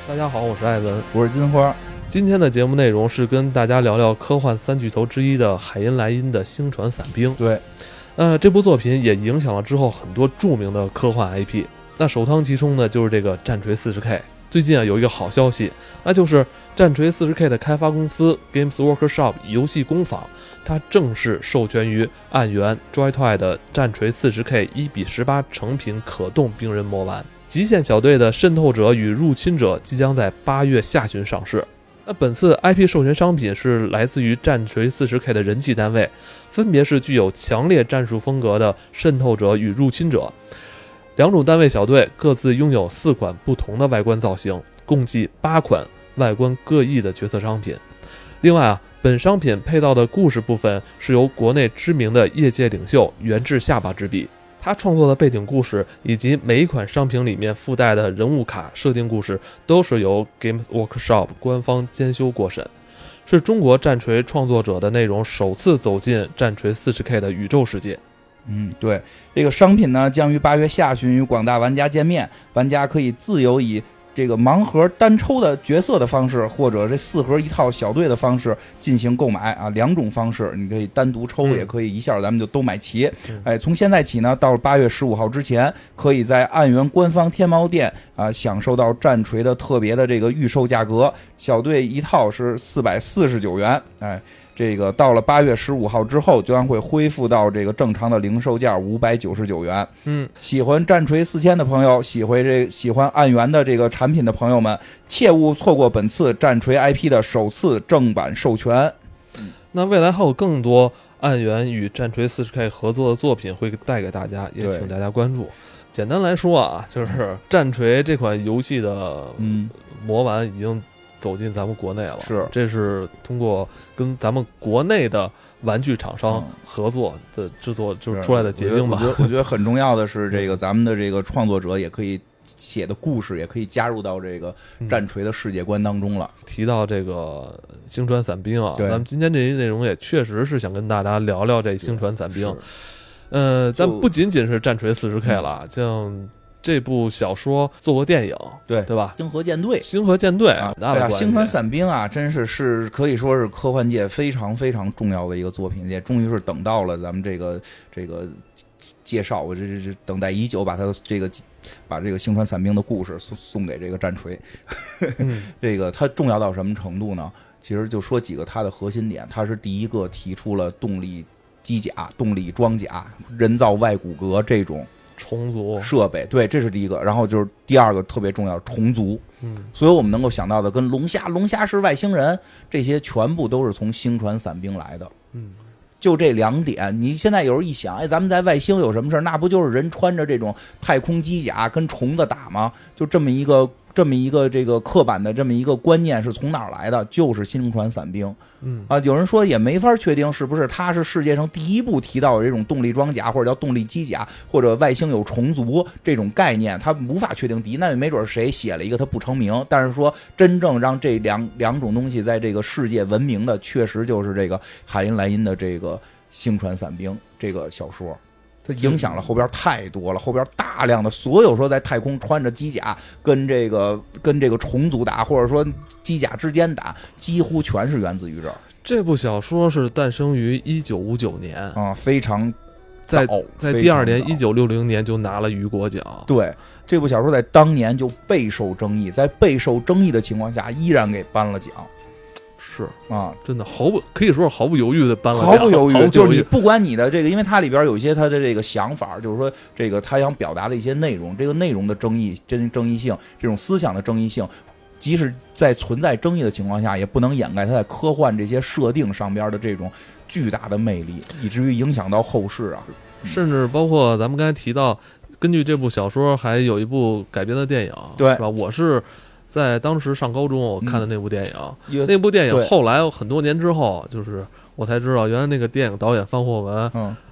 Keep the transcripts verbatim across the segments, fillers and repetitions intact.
大家好，我是艾文， 我是金花。 今天的节目内容是跟大家聊聊科幻三巨头之一的海因莱因的星船伞兵。 对， 呃，这部作品也影响了之后很多著名的科幻 I P。那首当其冲的就是这个战锤 四十K。最近啊有一个好消息，那就是战锤 四十K 的开发公司 Games Workshop 游戏工坊，它正式授权于暗源 Joy-Toy 的战锤 四十K 一比十八成品可动兵人魔丸。极限小队的渗透者与入侵者即将在八月下旬上市。那本次 I P 授权商品是来自于战锤 四十K 的人气单位，分别是具有强烈战术风格的渗透者与入侵者。两种单位小队各自拥有四款不同的外观造型，共计八款外观各异的角色商品。另外啊，本商品配套的故事部分是由国内知名的业界领袖源治下巴执笔。他创作的背景故事以及每一款商品里面附带的人物卡设定故事都是由 Games Workshop 官方监修过审，是中国战锤创作者的内容首次走进战锤 四十K 的宇宙世界。 嗯，对，这个商品呢将于八月下旬与广大玩家见面，玩家可以自由以这个盲盒单抽的角色的方式，或者这四盒一套小队的方式进行购买啊，两种方式，你可以单独抽， 嗯、 也可以一下咱们就都买齐。 嗯、 哎，从现在起呢，到八月十五号之前，可以在暗源官方天猫店啊享受到战锤的特别的这个预售价格，小队一套是四百四十九元，哎。这个到了八月十五号之后，将会恢复到这个正常的零售价五百九十九元。 嗯， 喜欢战锤四千的朋友，喜欢这喜欢暗源的这个产品的朋友们，切勿错过本次战锤 I P 的首次正版授权。 那未来还有更多暗源与战锤 四十K 合作的作品会带给大家，也请大家关注。简单来说啊，就是战锤这款游戏的魔丸已经走进咱们国内了， 是， 这是通过跟咱们国内的玩具厂商合作的制作就是出来的结晶吧。 我觉得我觉得很重要的是，这个咱们的这个创作者也可以写的故事，也可以加入到这个战锤的世界观当中了。 嗯、提到这个星船伞兵啊，咱们今天这些内容也确实是想跟大家聊聊这星船伞兵。呃，但不仅仅是战锤 四十K 了，嗯、像。这部小说做过电影， 对对吧？ 星河舰队， 星河舰队啊，对啊，星船伞兵啊，真是是可以说是科幻界非常非常重要的一个作品，也终于是等到了咱们这个这个介绍，我这这等待已久，把它这个把这个星船伞兵的故事送送给这个战锤。 嗯、 这个它重要到什么程度呢？其实就说几个它的核心点，它是第一个提出了动力机甲、动力装甲、人造外骨骼这种。 重组设备，对，这是第一个。然后就是第二个特别重要，重组。 嗯， 所有我们能够想到的，跟龙虾、龙虾是外星人，这些全部都是从星船伞兵来的。 嗯， 就这两点，你现在有时候一想，哎，咱们在外星有什么事，那不就是人穿着这种太空机甲跟虫子打吗？就这么一个。这么一个这个刻板的这么一个观念是从哪儿来的？就是星船伞兵。 嗯啊，有人说也没法确定是不是他是世界上第一部提到这种动力装甲或者叫动力机甲或者外星有虫族这种概念，他无法确定第一，那也没准谁写了一个他不成名。但是说真正让这两两种东西在这个世界闻名的，确实就是这个海因莱因的这个星船伞兵这个小说。它影响了后边太多了，后边大量的所有说在太空穿着机甲跟这个跟这个虫族打，或者说机甲之间打，几乎全是源自于这儿。 这部小说是诞生于一九五九年啊，非常早，在在第二年一九六零年就拿了雨果奖。 对，这部小说在当年就备受争议，在备受争议的情况下，依然给颁了奖。 是啊， 真的毫不可以说是毫不犹豫的颁了奖， 毫不犹豫， 犹豫就是你不管你的这个，因为它里边有一些他的这个想法，就是说这个他想表达的一些内容，这个内容的争议、真争议性，这种思想的争议性，即使在存在争议的情况下，也不能掩盖他在科幻这些设定上边的这种巨大的魅力，以至于影响到后世啊， 甚至包括咱们刚才提到，根据这部小说还有一部改编的电影， 对， 是吧？我是。在当时上高中我看的那部电影、 嗯、 那部电影后来很多年之后就是我才知道原来那个电影导演方霍文、 嗯、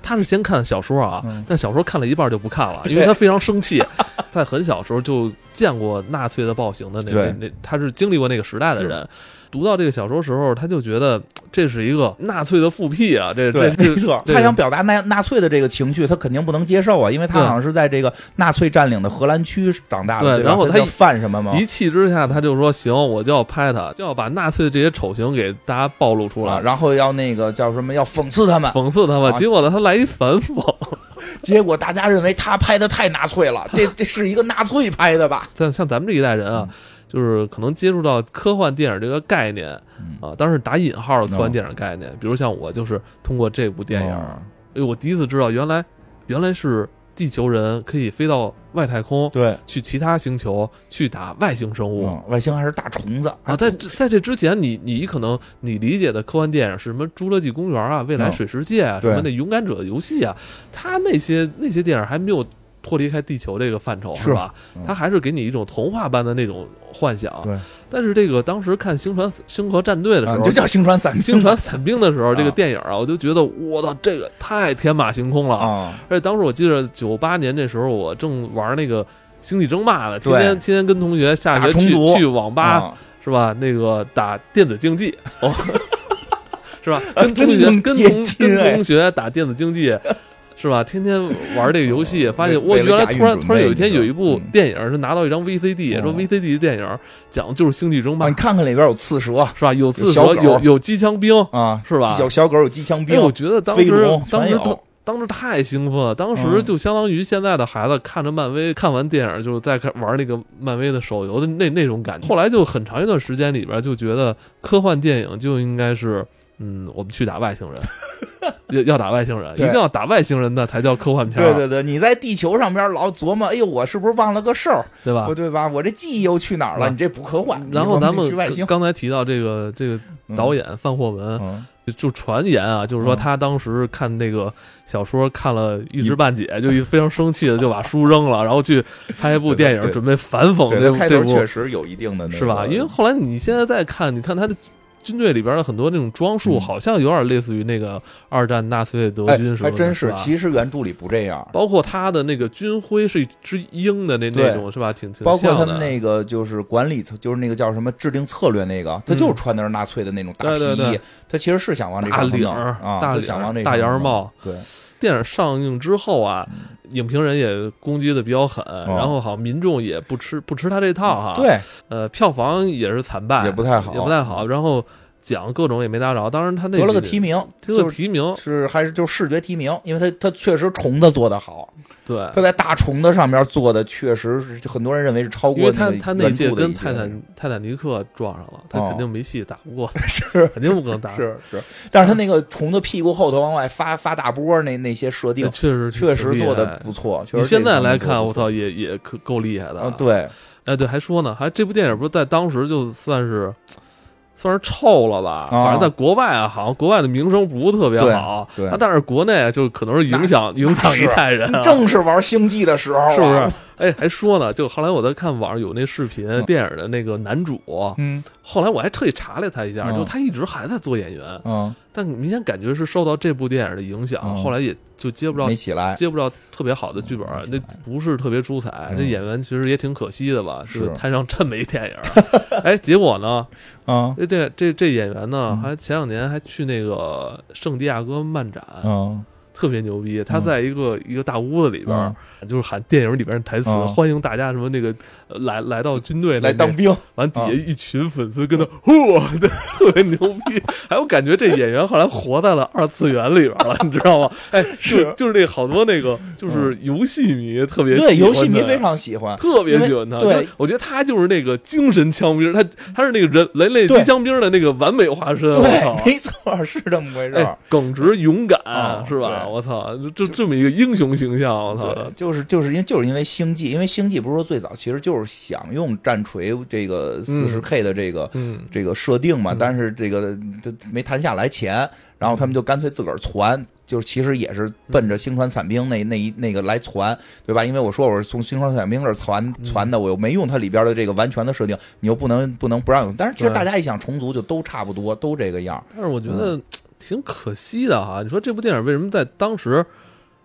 他是先看小说啊， 嗯、 但小说看了一半就不看了，因为他非常生气，在很小时候就见过纳粹的暴行的那个那，他是经历过那个时代的人。读到这个小说时候，他就觉得这是一个纳粹的复辟啊，这对， 这没错，他想表达纳纳粹的这个情绪，他肯定不能接受啊，因为他好像是在这个纳粹占领的荷兰区长大的， 对， 对然后他犯什么吗？ 一气之下，他就说行，我就要拍他，就要把纳粹的这些丑行给大家暴露出来， 啊、然后要那个叫什么，要讽刺他们， 讽刺他们。啊、结果呢，他来一反讽， 结果大家认为他拍的太纳粹了，这这是一个纳粹拍的吧？ 像像咱们这一代人啊。嗯，就是可能接触到科幻电影这个概念啊，当然是打引号的科幻电影概念。比如像我就是通过这部电影，哎，我第一次知道原来原来是地球人可以飞到外太空， 对， 去其他星球去打外星生物， 外星还是大虫子啊。在在这之前，你你可能你理解的科幻电影是什么《侏罗纪公园》啊、《未来水世界》啊、什么那《勇敢者的游戏》啊，它那些那些电影还没有脱离开地球这个范畴，是吧？它还是给你一种童话般的那种幻想。 对， 但是这个当时看《星船星河战队》的时候， 就叫《星船伞兵》。 星船伞兵的时候，这个电影啊，我就觉得我操，这个太天马行空了啊！而且当时我记得九八年那时候，我正玩那个星际争霸呢，天天天天跟同学下学去去网吧，是吧？那个打电子竞技，哦、是吧？跟同学跟同跟同学打电子竞技。是吧？天天玩这个游戏，发现我原来突然突然有一天有一部电影是拿到一张 V C D，、嗯、说 V C D 的电影讲的就是星际争霸、 啊。你看看里边有刺蛇， 是吧？有刺蛇，有有机枪兵啊， 是吧？ 有小狗，有机枪兵。 哎、我觉得当时当时当当时太兴奋了，当时就相当于现在的孩子看着漫威，看完电影就在玩那个漫威的手游的那那种感觉。后来就很长一段时间里边就觉得科幻电影就应该是。嗯，我们去打外星人，要要打外星人，一定要打外星人的才叫科幻片。 对对对，你在地球上边老琢磨，哎呦，我是不是忘了个事儿， 对吧？ 对吧？我这记忆又去哪儿了？你这不科幻。 然后咱们刚才提到这个这个导演范霍文， 嗯、 就传言啊，就是说他当时看那个小说看了一知半解，就非常生气的就把书扔了，然后去拍一部电影， 对对对准备反讽这部。 开头确实有一定的、那个， 是吧？因为后来你现在再看，你看他的。军队里边的很多那种装束，好像有点类似于那个二战纳粹德军什么的， 还真是。 是其实原著里不这样， 包括他的那个军徽是一只鹰的那那种，是吧？挺挺包括他们那个就是管理层，就是那个叫什么制定策略那个，他就是穿的是纳粹的那种大皮衣， 对对对， 他其实是想往这上领啊， 大想往这大檐帽。 对， 电影上映之后啊。影评人也攻击的比较狠， 哦、 然后好民众也不吃不吃他这套哈。 对， 呃，票房也是惨败， 也不太好， 也不太好。然后奖各种也没拿着，当然他那得了个提名， 得了提名是还是就视觉提名，因为他他确实虫子做得好。 对， 他在大虫子上面做的确实是很多人认为是超过那个原著的。因为他他那届跟泰坦泰坦尼克撞上了，他肯定没戏，打不过， 是肯定不可能打。 是是，但是他那个虫子屁股后头往外发发大波，那那些设定确实确实做的不错。 你现在来看，我操，也也可够厉害的。 啊，对， 哎对，还说呢，还这部电影不是在当时就算是。算是臭了吧，反正在国外啊，好像国外的名声不是特别好， 对， 但是国内就可能是影响影响一代人、啊， 正是玩星际的时候、啊， 是不是？哎，还说呢，就后来我在看网上有那视频，嗯、电影的那个男主， 嗯， 后来我还特意查了他一下， 嗯、 就他一直还在做演员， 嗯， 但明显感觉是受到这部电影的影响， 嗯、 后来也就接不着， 没起来， 接不着特别好的剧本，那不是特别出彩， 嗯、 这演员其实也挺可惜的吧， 是摊上这么一电影，哎，结果呢， 啊、 嗯，这这这演员呢， 嗯、 还前两年还去那个圣地亚哥漫展， 嗯。 特别牛逼，他在一个、嗯、一个大屋子里边、嗯，就是喊电影里边的台词、 嗯， 欢迎大家什么那个来来到军队来当兵， 完底下一群粉丝跟他嚯的、嗯、特别牛逼，还有感觉这演员后来活在了二次元里边了，你知道吗？哎， 是就是那好多那个就是游戏迷特别喜欢对游戏迷非常喜欢， 特别喜欢他。 对， 我觉得他就是那个精神枪兵，他他是那个人人类机枪兵的那个完美化身。 对，没错，是这么回事、 哎。耿直勇敢、 哦、 是吧？我操，就这么一个英雄形象，我操， 就是就是因为就是因为星际，因为星际不是说最早其实就是想用战锤这个四十 K 的这个、 嗯、 这个设定嘛， 嗯、 但是这个没谈下来钱，然后他们就干脆自个儿传。就是其实也是奔着星船伞兵那那一那个来传，对吧？因为我说我是从星船伞兵这儿传传的，我又没用它里边的这个完全的设定，你又不能不能不让用。但是其实大家一想重组就都差不多，都这个样。 但是我觉得挺可惜的哈。你说这部电影为什么在当时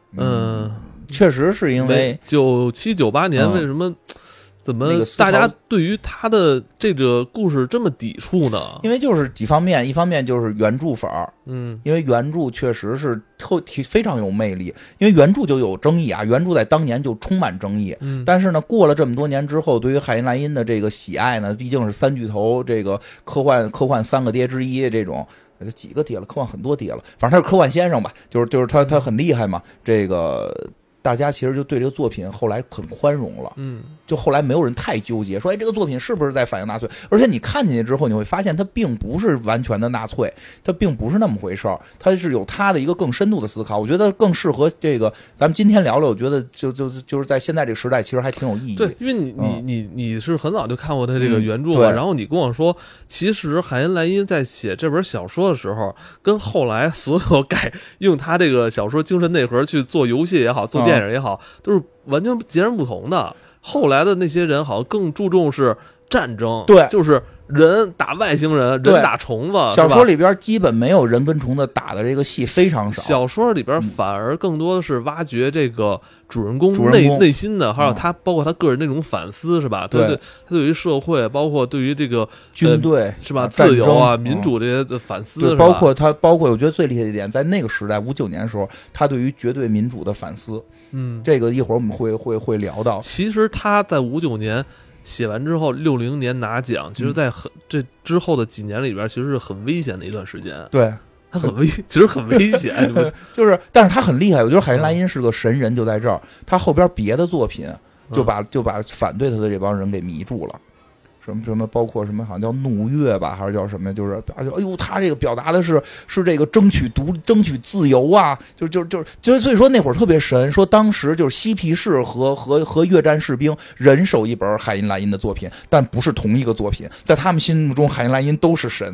嗯， 确实是因为九七九八年为什么？怎么大家对于他的这个故事这么抵触呢？ 因为就是几方面，一方面就是原著粉儿， 嗯， 因为原著确实是特非常有魅力，因为原著就有争议啊，原著在当年就充满争议。 嗯， 但是呢，过了这么多年之后，对于海因莱因的这个喜爱呢，毕竟是三巨头，这个科幻科幻三个爹之一，这种几个爹了，科幻很多爹了，反正他是科幻先生吧，就是就是他他很厉害嘛，这个。大家其实就对这个作品后来很宽容了， 嗯， 就后来没有人太纠结，说哎这个作品是不是在反映纳粹？而且你看进去之后，你会发现它并不是完全的纳粹，它并不是那么回事儿，它是有它的一个更深度的思考。我觉得更适合这个咱们今天聊聊，我觉得就就就是在现在这个时代，其实还挺有意义。 对，因为你、嗯、你你你是很早就看过他这个原著嘛、 嗯，然后你跟我说，其实海因莱因在写这本小说的时候，跟后来所有改用他这个小说精神内核去做游戏也好，做电影也好。嗯都是完全截然不同的。后来的那些人好像更注重是战争， 对， 就是人打外星人，人打虫子。 小说里边基本没有人跟虫子打的这个戏，非常少。 小说里边反而更多的是挖掘这个主人公内内心的，还有他包括他个人那种反思，是吧？ 对， 他对于社会，包括对于这个军队、 呃、是吧？自由啊、民主这些的反思， 对，包括他，包括我觉得最厉害的一点，在那个时代，五九年的时候，他对于绝对民主的反思。 嗯， 这个一会儿我们会会会聊到。 其实他在五九年写完之后，六零年拿奖，其实在很、嗯、这之后的几年里边，其实是很危险的一段时间。 对， 他很危，其实很危险。 就是，但是他很厉害。我觉得海因莱因是个神人，就在这儿。他后边别的作品就把、嗯、就把反对他的这帮人给迷住了。什么什么，包括什么，好像叫怒月吧，还是叫什么？就是哎呦，他这个表达的是是这个争取独争取自由啊，就就就就所以说那会儿特别神，说当时就是嬉皮士和和和越战士兵人手一本海因莱因的作品，但不是同一个作品，在他们心目中海因莱因都是神。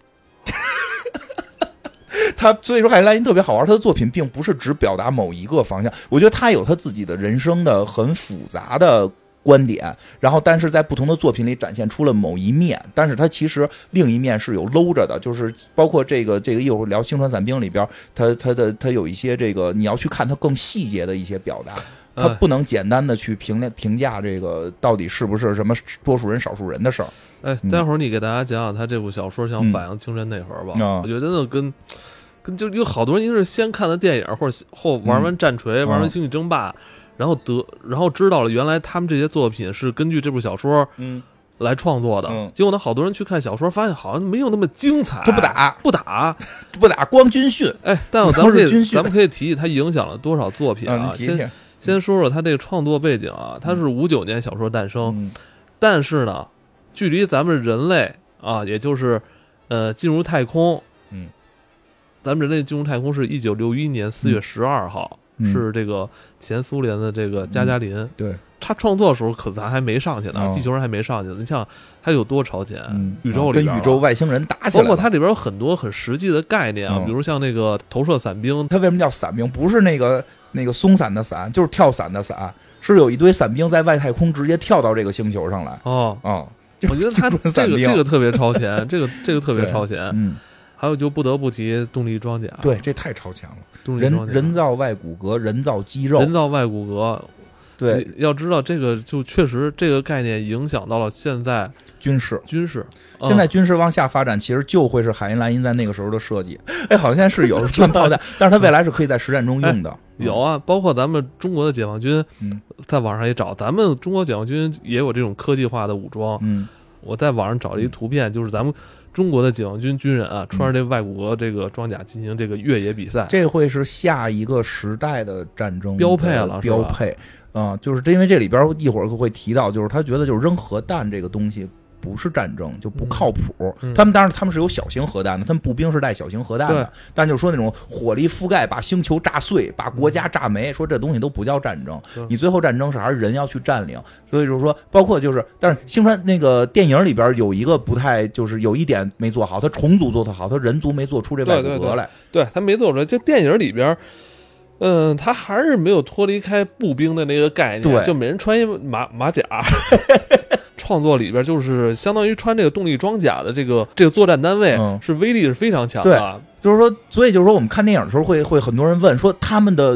他所以说海因莱因特别好玩，他的作品并不是只表达某一个方向，我觉得他有他自己的人生的很复杂的观点，然后但是在不同的作品里展现出了某一面，但是它其实另一面是有搂着的，就是包括这个这个一会儿聊《星船伞兵》里边，它它的它有一些这个你要去看它更细节的一些表达，它不能简单的去评评价这个到底是不是什么多数人少数人的事儿。 哎，待会儿你给大家讲讲他这部小说想反映精神内核吧， 嗯、 我觉得真的跟跟就有好多人是先看的电影，或者后玩完战锤、嗯、玩完星际争霸。然后得，然后知道了，原来他们这些作品是根据这部小说，嗯，来创作的。 嗯， 结果呢，好多人去看小说，发现好像没有那么精彩。 他不打， 不打， 不打，光军训。 哎，但咱们可以，咱们可以提提他影响了多少作品啊？ 嗯、提提先先说说他这个创作背景啊，他是五九年小说诞生， 嗯、 但是呢，距离咱们人类啊，也就是呃进入太空， 嗯， 咱们人类进入太空是一九六一年四月十二号。 嗯、 是这个前苏联的这个加加林、 嗯，对， 他创作的时候可咱还没上去呢， 哦、 地球人还没上去呢。你像他有多超前， 嗯、 宇宙里边、 跟宇宙外星人打起来， 包括它里边有很多很实际的概念啊， 嗯、 比如像那个投射伞兵， 它为什么叫伞兵？不是那个那个松伞的伞，就是跳伞的伞，是有一堆伞兵在外太空直接跳到这个星球上来。 哦哦， 我觉得他这个这个特别超前，这个这个特别超前， 嗯。 还有就不得不提动力装甲， 对，这太超前了。 动力装甲人人造外骨骼，人造肌肉， 人造外骨骼。 对， 要知道这个就确实这个概念影响到了现在军事， 军事。 嗯、现在军事往下发展，其实就会是海因莱因在那个时候的设计。哎，好像是有穿炮弹，但是它未来是可以在实战中用的。 哎、有啊，包括咱们中国的解放军， 嗯， 在网上也找，咱们中国解放军也有这种科技化的武装。 嗯， 我在网上找了一图片，就是咱们。中国的解放军军人啊，穿着这外骨骼这个装甲进行这个越野比赛， 这会是下一个时代的战争标配了， 标配啊、呃，就是因为这里边一会儿会提到，就是他觉得就是扔核弹这个东西不是战争，就不靠谱。 嗯、 他们当然他们是有小型核弹的，他们步兵是带小型核弹的，但就是说那种火力覆盖，把星球炸碎，把国家炸没，说这东西都不叫战争。 嗯、 你最后战争是还是人要去占领，所以就是说，包括就是，但是星船那个电影里边有一个不太，就是有一点没做好，他虫族做得好，他人族没做出这外骨骼来， 对, 对, 对他没做出来。这电影里边。嗯，他还是没有脱离开步兵的那个概念， 对， 就每人穿一马马甲。创作里边就是相当于穿这个动力装甲的这个这个作战单位、 嗯、 是威力是非常强的。 对，就是说，所以就是说，我们看电影的时候会会很多人问说他们的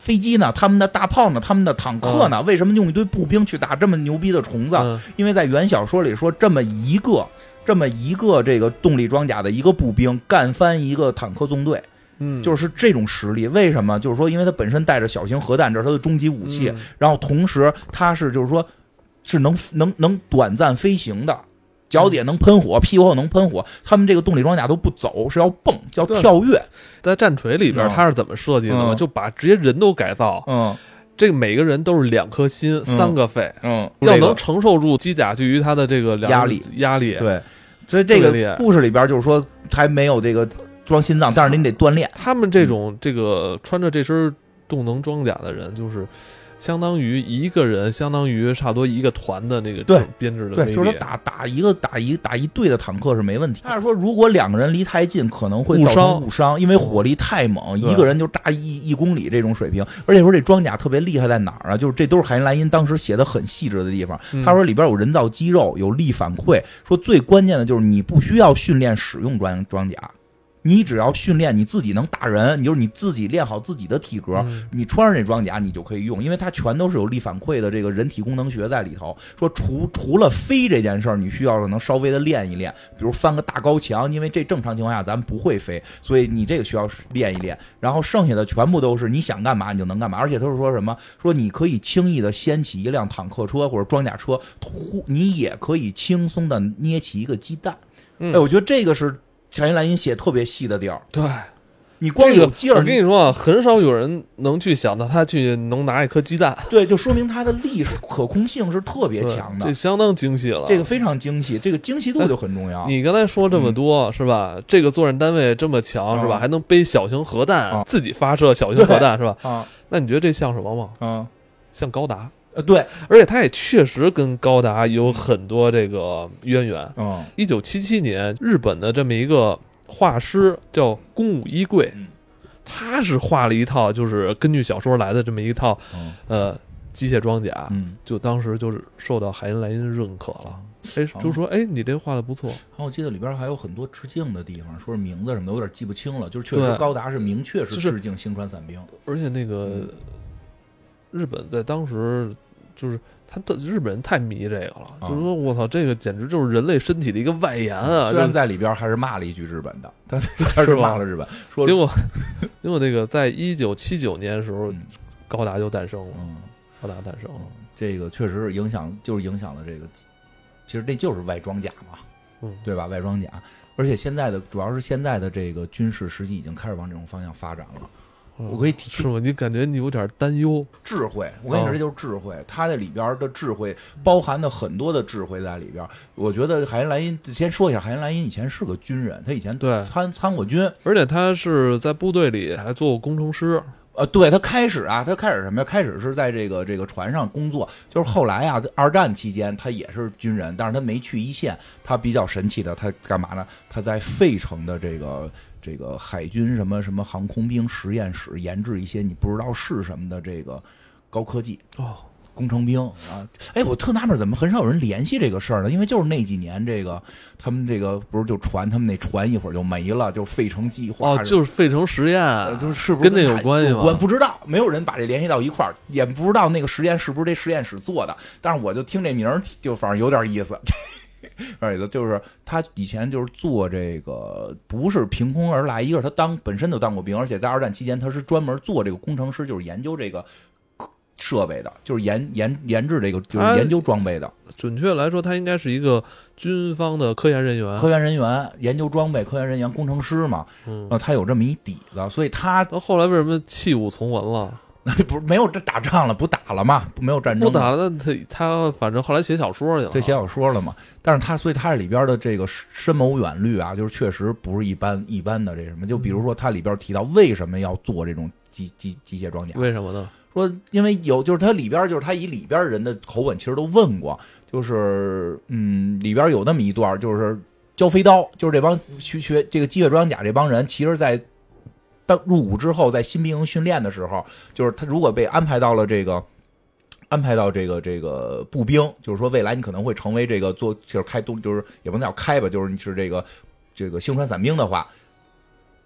飞机呢？他们的大炮呢？他们的坦克呢？嗯、为什么用一堆步兵去打这么牛逼的虫子？ 嗯、 因为在原小说里说，这么一个这么一个这个动力装甲的一个步兵干翻一个坦克纵队。 嗯， 就是这种实力，为什么？就是说，因为他本身带着小型核弹，这是他的终极武器， 嗯、 然后同时他是就是说，是能能能短暂飞行的，脚底下能喷火，屁股后能喷火。他们这个动力装甲都不走，是要蹦，叫跳跃。 在战锤里边，他是怎么设计的呢？ 嗯、 就把直接人都改造。 嗯。 这个每个人都是两颗心， 嗯、 三个肺， 嗯， 要能承受住机甲对于他的这个压力压力。 对，所以这个故事里边就是说还没有这个。装心脏，但是您得锻炼。 他们这种这个穿着这身动能装甲的人，就是相当于一个人，相当于差不多一个团的那个编制的。 对，就是说打打一个打一打一队的坦克是没问题。他是说，如果两个人离太近，可能会造成误伤，因为火力太猛，一个人就炸一一公里这种水平。而且说这装甲特别厉害在哪儿啊？就是这都是海因莱因当时写的很细致的地方。 嗯、 他说里边有人造肌肉，有力反馈。说最关键的就是你不需要训练使用装装甲。你只要训练你自己能打人，你就是你自己练好自己的体格， 嗯、 你穿上这装甲你就可以用，因为它全都是有力反馈的这个人体功能学在里头。说除除了飞这件事儿，你需要可能稍微的练一练，比如翻个大高墙，因为这正常情况下咱们不会飞，所以你这个需要练一练。然后剩下的全部都是你想干嘛你就能干嘛，而且他是说什么？说你可以轻易的掀起一辆坦克车或者装甲车，你也可以轻松的捏起一个鸡蛋。 嗯、 哎，我觉得这个是。海因莱因写特别细的地儿， 对， 你光有劲儿、 这个，我跟你说啊，很少有人能去想到他去能拿一颗鸡蛋， 对，就说明他的力是可控性是特别强的， 这相当精细了， 这个非常精细，这个精细度就很重要。 你刚才说这么多、嗯、是吧？这个作战单位这么强、嗯、是吧？还能背小型核弹，嗯、自己发射小型核弹是吧？ 啊， 那你觉得这像什么吗？ 嗯， 像高达。 呃，对， 而且他也确实跟高达有很多这个渊源。 嗯， 一九七七年，日本的这么一个画师叫宫武一贵， 嗯、 他是画了一套，就是根据小说来的这么一套， 嗯、 呃，机械装甲。 嗯， 就当时就是受到海因莱因认可了。哎，就说哎，你这画的不错。 我记得里边还有很多致敬的地方，说是名字什么的，有点记不清了。就是确实高达是明确是致敬星船伞兵， 而且那个、嗯、日本在当时。就是他的日本人太迷这个了， 啊、 就是说我操，这个简直就是人类身体的一个外延啊！ 虽然在里边还是骂了一句日本的，他他是骂了日本，说结果结果那个在一九七九年的时候，嗯、高达就诞生了， 嗯、 高达诞生了、 嗯，这个确实是影响，就是影响了这个，其实这就是外装甲嘛， 嗯， 对吧？外装甲，而且现在的主要是现在的这个军事实际已经开始往这种方向发展了。我可以提是吗？你感觉你有点担忧？ 智慧，我跟你说，这就是智慧。它这里边的智慧包含的很多的智慧在里边。我觉得海因莱因，先说一下，海因莱因以前是个军人，他以前对参参过军， 而且他是在部队里还做过工程师。 呃，对他开始啊，他开始什么呀？开始是在这个这个船上工作，就是后来啊，二战期间他也是军人，但是他没去一线。他比较神奇的，他干嘛呢？他在费城的这个。这个海军什么什么航空兵实验室研制一些你不知道是什么的这个高科技哦， 工程兵啊，哎，我特纳闷怎么很少有人联系这个事儿呢？因为就是那几年这个他们这个不是就传他们那船一会儿就没了，就费城计划哦，就是费城实验， 呃、就是是不是跟那有关系吗？ 我不知道，没有人把这联系到一块儿，也不知道那个实验是不是这实验室做的，但是我就听这名儿就反正有点意思。而且就是他以前就是做这个不是凭空而来，一个是他当本身就当过兵，而且在二战期间他是专门做这个工程师，就是研究这个设备的，就是研研研制这个就是研究装备的。 准确来说，他应该是一个军方的科研人员， 科研人员研究装备，科研人员工程师嘛。 嗯， 他有这么一底子，所以他到后来为什么弃武从文了？ 不是没有这打仗了，不打了嘛，没有战争， 不打了。那他他反正后来写小说去了， 这写小说了嘛。但是他所以他这里边的这个深谋远虑啊，就是确实不是一般一般的这什么。就比如说他里边提到为什么要做这种机机机械装甲？ 为什么呢？ 说因为有就是他里边就是他以里边人的口吻其实都问过，就是嗯里边有那么一段就是教飞刀，就是这帮学学这个机械装甲这帮人，其实在。但入伍之后，在新兵营训练的时候，就是他如果被安排到了这个，安排到这个这个步兵，就是说未来你可能会成为这个做就是开动，就是也不能叫开吧，就是你是这个这个星船伞兵的话，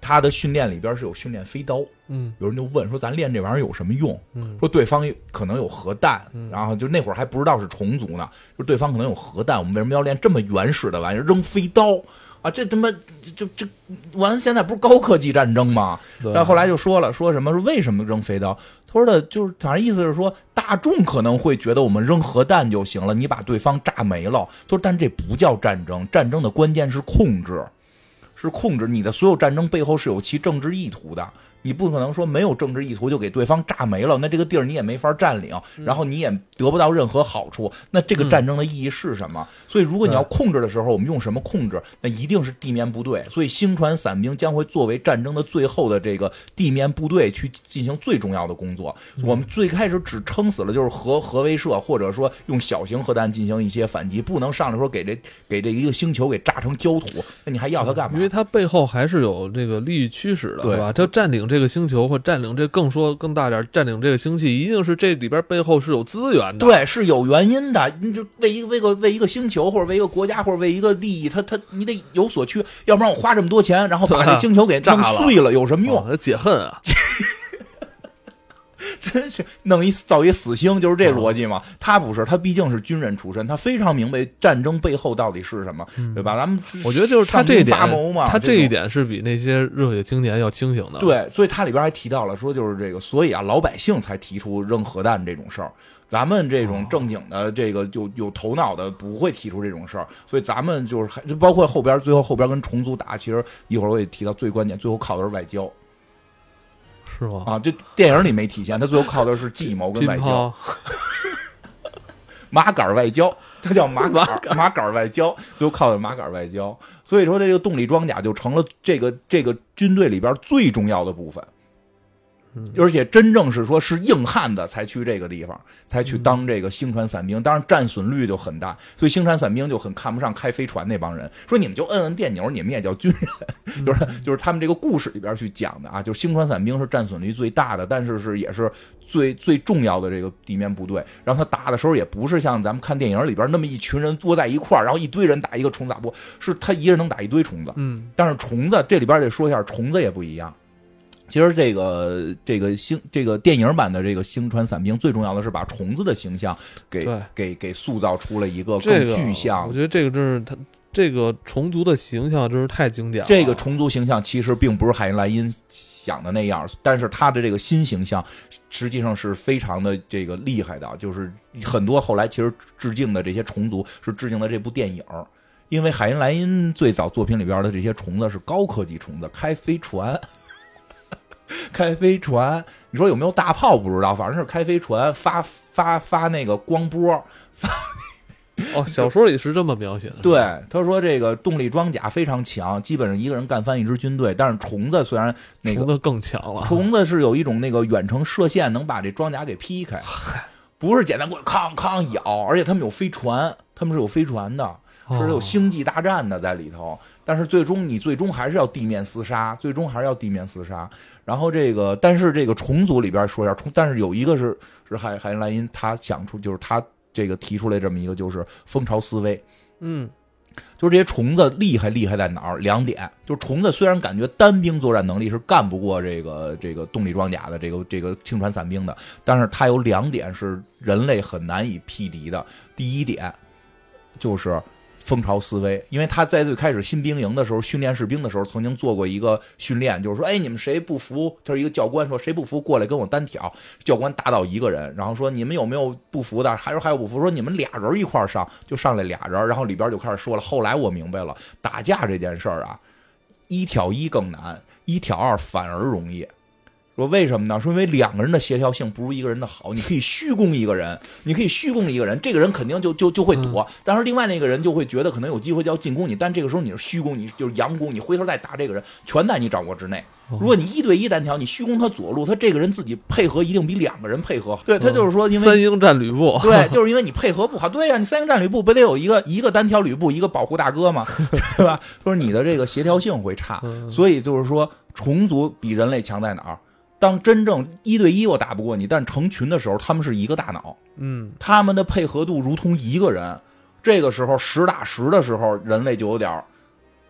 他的训练里边是有训练飞刀， 嗯， 有人就问说咱练这玩意儿有什么用？ 嗯， 说对方可能有核弹， 嗯、 然后就那会儿还不知道是虫族呢，说对方可能有核弹，我们为什么要练这么原始的玩意儿，扔飞刀？啊，这他妈这这完！现在不是高科技战争吗？然后后来就说了，说什么说为什么扔飞刀？他说的就是反正意思是说，大众可能会觉得我们扔核弹就行了，你把对方炸没了。他说，但这不叫战争，战争的关键是控制，是控制。你的所有战争背后是有其政治意图的。你不可能说没有政治意图就给对方炸没了，那这个地儿你也没法占领，然后你也得不到任何好处，那这个战争的意义是什么？所以如果你要控制的时候，我们用什么控制？那一定是地面部队。所以星船伞兵将会作为战争的最后的这个地面部队去进行最重要的工作。我们最开始只撑死了就是核核威慑，或者说用小型核弹进行一些反击，不能上来说给这给这一个星球给炸成焦土，那你还要它干嘛？ 因为它背后还是有这个利益驱使的， 对吧？它占领这个星球或占领这更说更大点，占领这个星系，一定是这里边背后是有资源的， 对，是有原因的。你就为一个为个为一个星球或者为一个国家或者为一个利益，他他你得有所趋，要不然我花这么多钱，然后把这星球给弄碎了，有什么用？ 哦、解恨啊！ 真是弄一造一死星，就是这逻辑嘛？哦、他不是，他毕竟是军人出身，他非常明白战争背后到底是什么，嗯、对吧？咱们我觉得就是他这一点，他这一点是比那些热血青年要清醒的。 对，所以他里边还提到了说，就是这个，所以啊，老百姓才提出扔核弹这种事儿。咱们这种正经的这个就有头脑的不会提出这种事儿，所以咱们就是还就包括后边最后后边跟虫族打，其实一会儿我也提到最关键，最后靠的是外交。 是吗？ 啊，这电影里没体现，他最后靠的是计谋跟外交，马杆外交，他叫马杆马杆外交，最后靠的是马杆外交。所以说，这个动力装甲就成了这个这个军队里边最重要的部分。而且真正是说是硬汉的才去这个地方，才去当这个星船伞兵，当然战损率就很大，所以星船伞兵就很看不上开飞船那帮人，说你们就摁摁电钮，你们也叫军人，就是就是他们这个故事里边去讲的啊，就是星船伞兵是战损率最大的，但是是也是最最重要的这个地面部队。然后他打的时候也不是像咱们看电影里边那么一群人窝在一块儿，然后一堆人打一个虫子不，是他一个人能打一堆虫子。嗯，但是虫子这里边得说一下，虫子也不一样。其实这个这个星这个电影版的这个星船伞兵最重要的是把虫子的形象给给给塑造出了一个更具象。 这个、我觉得这个真是他这个虫族的形象真是太经典了。 这个虫族形象其实并不是海因莱因想的那样，但是他的这个新形象实际上是非常的这个厉害的，就是很多后来其实致敬的这些虫族是致敬的这部电影。因为海因莱因最早作品里边的这些虫子是高科技虫子，开飞船。开飞船，你说有没有大炮不知道，反正是开飞船发发发那个光波发。 哦，小说里是这么描写的。 对，他说这个动力装甲非常强，基本上一个人干翻一支军队。但是虫子虽然那个虫子更强了， 虫子是有一种那个远程射线能把这装甲给劈开，不是简单过来康康咬，而且他们有飞船，他们是有飞船的。是有星际大战的在里头，但是最终你最终还是要地面厮杀，最终还是要地面厮杀。然后这个，但是这个虫族里边说一下虫，但是有一个是是海海因莱因他想出，就是他这个提出来这么一个，就是蜂巢思维。嗯，就是这些虫子厉害厉害在哪儿？两点，就是虫子虽然感觉单兵作战能力是干不过这个这个动力装甲的这个这个轻船伞兵的，但是它有两点是人类很难以匹敌的。第一点就是蜂巢思维，因为他在最开始新兵营的时候训练士兵的时候曾经做过一个训练，就是说哎你们谁不服，他是一个教官，说谁不服过来跟我单挑，教官打倒一个人，然后说你们有没有不服的，还是还有不服，说你们俩人一块上，就上来俩人，然后里边就开始说了，后来我明白了，打架这件事儿啊，一挑一更难，一挑二反而容易。说为什么呢？说因为两个人的协调性不如一个人的好。你可以虚攻一个人，你可以虚攻一个人，这个人肯定就就就会躲，但是另外那个人就会觉得可能有机会就要进攻你，但这个时候你是虚攻，你就是佯攻，你回头再打这个人，全在你掌握之内。如果你一对一单挑，你虚攻他左路，他这个人自己配合一定比两个人配合。对，他就是说，因为三英战吕布， 对，就是因为你配合不好。对呀、啊，你三英战吕布不得有一个一个单挑吕布，一个保护大哥吗？对吧？就是你的这个协调性会差，所以就是说，虫族比人类强在哪儿？当真正一对一我打不过你，但成群的时候，他们是一个大脑，嗯，他们的配合度如同一个人。这个时候实打实的时候，人类就有点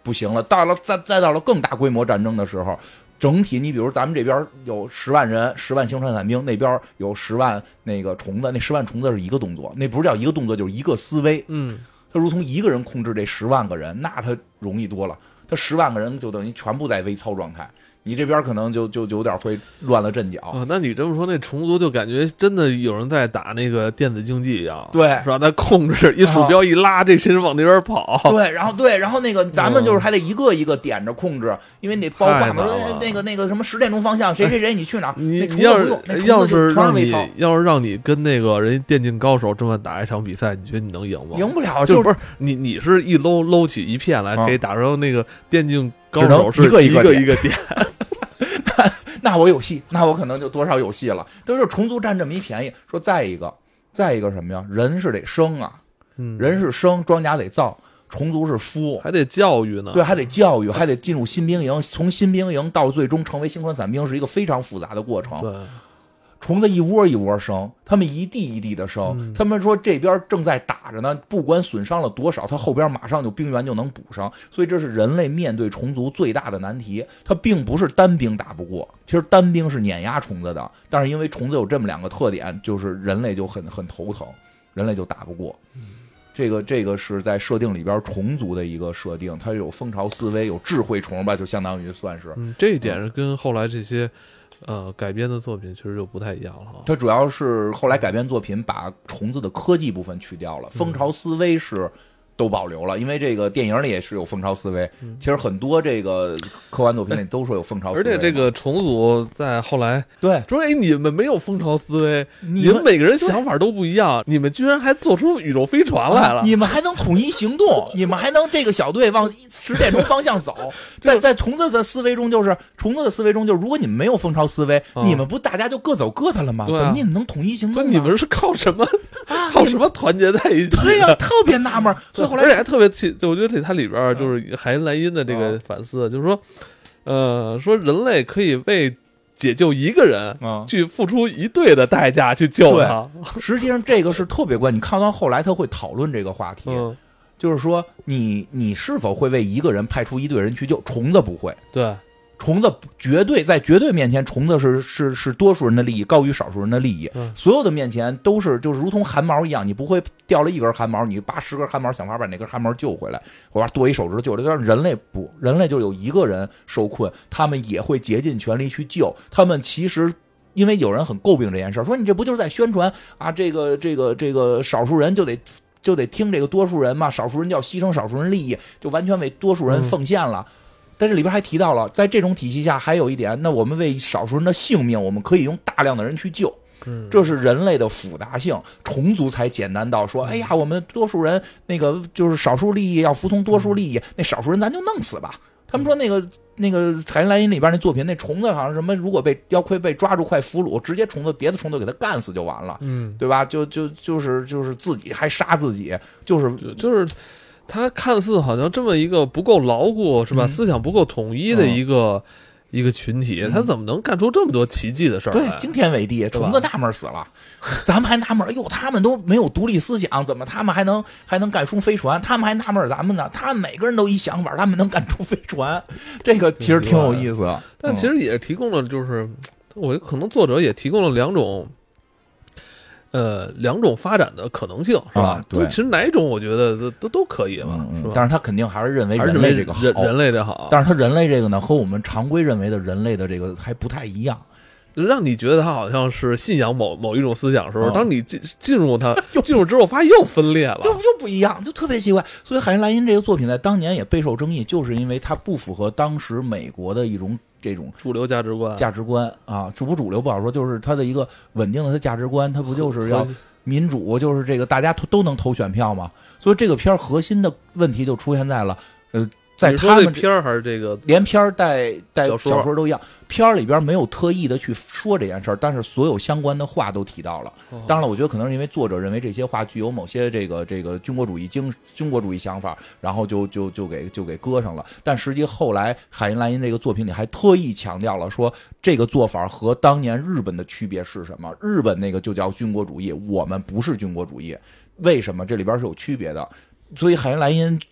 不行了。到了再再到了更大规模战争的时候，整体你比如咱们这边有十万人，十万星川伞兵，那边有十万那个虫子，那十万虫子是一个动作，那不是叫一个动作，就是一个思维。 嗯， 他如同一个人控制这十万个人，那他容易多了。他十万个人就等于全部在微操状态。你这边可能就就就有点会乱了阵脚啊、哦！那你这么说，那虫族就感觉真的有人在打那个电子竞技一样， 对， 是吧？他控制一鼠标一拉，啊、这些人往那边跑， 对，然后对，然后那个咱们就是还得一个一个点着控制，嗯、因为你包画嘛，那个那个什么十点钟方向，谁谁谁你去哪儿？ 你你要是要是让你要是让你跟那个人电竞高手这么打一场比赛，你觉得你能赢吗？ 赢不了， 就不是你你是一搂搂起一片来，可以打成那个电竞高手是一个一个一个点。 那我有戏，那我可能就多少有戏了。都是虫族占这么一便宜。说再一个，再一个什么呀？人是得生啊， 嗯、 人是生，装甲得造，虫族是孵， 还得教育呢。 对，还得教育，还得进入新兵营，从新兵营到最终成为星川伞兵，是一个非常复杂的过程。 对。 虫子一窝一窝生，他们一地一地的生。嗯、他们说这边正在打着呢，不管损伤了多少，他后边马上就兵源就能补上。所以这是人类面对虫族最大的难题。它并不是单兵打不过，其实单兵是碾压虫子的，但是因为虫子有这么两个特点，就是人类就很很头疼，人类就打不过。嗯、这个这个是在设定里边虫族的一个设定，它有蜂巢思维，有智慧虫吧，就相当于算是。 嗯，这一点是跟后来这些。呃，改编的作品其实就不太一样了。 它主要是后来改编作品把虫子的科技部分去掉了，蜂巢思维是都保留了，因为这个电影里也是有蜂巢思维。 嗯、 其实很多这个科幻作品里都说有蜂巢思维， 而且这个虫族在后来对说：“哎，你们没有蜂巢思维， 你们每个人想法都不一样，你们居然还做出宇宙飞船来了， 啊、你们还能统一行动，你们还能这个小队往十点钟方向走。”在在虫子的思维中，就是虫子的思维中，就是如果你们没有蜂巢思维， 啊、 你们不大家就各走各的了吗？ 对、啊， 怎么你们能统一行动？ 你们是靠什么？啊、靠什么团结在一起？ 对呀、啊，特别纳闷。所以后来而且还特别气，我觉得它里边就是海因莱因的这个反思，啊、就是说，呃，说人类可以为解救一个人， 啊、 去付出一队的代价去救他。 实际上，这个是特别关键。你看到后来他会讨论这个话题。 嗯就是说你，你你是否会为一个人派出一队人去救？虫子不会， 对， 虫子绝对在绝对面前，虫子是是是多数人的利益高于少数人的利益。 嗯、 所有的面前都是就是如同汗毛一样，你不会掉了一根汗毛，你拔十根汗毛，想法把那根汗毛救回来，或者剁一手指头救回来。但是人类不，人类就有一个人受困，他们也会竭尽全力去救。他们其实。因为有人很诟病这件事，说你这不就是在宣传啊？这个这个这个少数人就得就得听这个多数人嘛，少数人就要牺牲少数人利益，就完全为多数人奉献了。嗯、但这里边还提到了，在这种体系下，还有一点，那我们为少数人的性命，我们可以用大量的人去救。 嗯、 这是人类的复杂性，虫族才简单到说，哎呀，我们多数人那个就是少数利益要服从多数利益，嗯、那少数人咱就弄死吧。他们说那个那个海因莱因里边那作品，那虫子好像什么，如果被要亏被抓住快俘虏，直接虫子别的虫子给他干死就完了， 嗯， 对吧？就就就是就是自己还杀自己，就是就就是他看似好像这么一个不够牢固是吧？ 嗯、 思想不够统一的一个。嗯一个群体，他怎么能干出这么多奇迹的事儿？ 对，惊天伟地，虫子纳闷死了，咱们还纳闷，哎呦，他们都没有独立思想，怎么他们还能还能干出飞船？他们还纳闷咱们呢，他们每个人都一想法，他们能干出飞船，这个其实挺有意思。 但其实也是提供了，就是我可能作者也提供了两种。呃，两种发展的可能性是吧？ 啊、对， 其实哪一种我觉得都都都可以嘛， 嗯、 是吧？ 但是他肯定还是认为人类这个好， 人, 人类的好。 但是他人类这个呢，和我们常规认为的人类的这个还不太一样， 让你觉得他好像是信仰某某一种思想的时候， 嗯、 当你进进入他进入之后，发现又分裂了， 就就不一样，就特别奇怪。所以海因莱因这个作品在当年也备受争议，就是因为它不符合当时美国的一种。这种主流价值观， 价值观啊，主不主流不好说，就是它的一个稳定的价值观，它不就是要民主，就是这个大家都能投选票嘛？所以这个片儿核心的问题就出现在了，呃，在他们片儿还是这个连片儿带带小小说都一样，片儿里边没有特意的去说这件事儿，但是所有相关的话都提到了。 哦、 当然了，我觉得可能是因为作者认为这些话具有某些这个这个军国主义经军国主义想法，然后就就就给就给搁上了。但实际后来海因莱因这个作品里还特意强调了说，这个做法和当年日本的区别是什么？日本那个就叫军国主义，我们不是军国主义，为什么？这里边是有区别的。所以海因莱因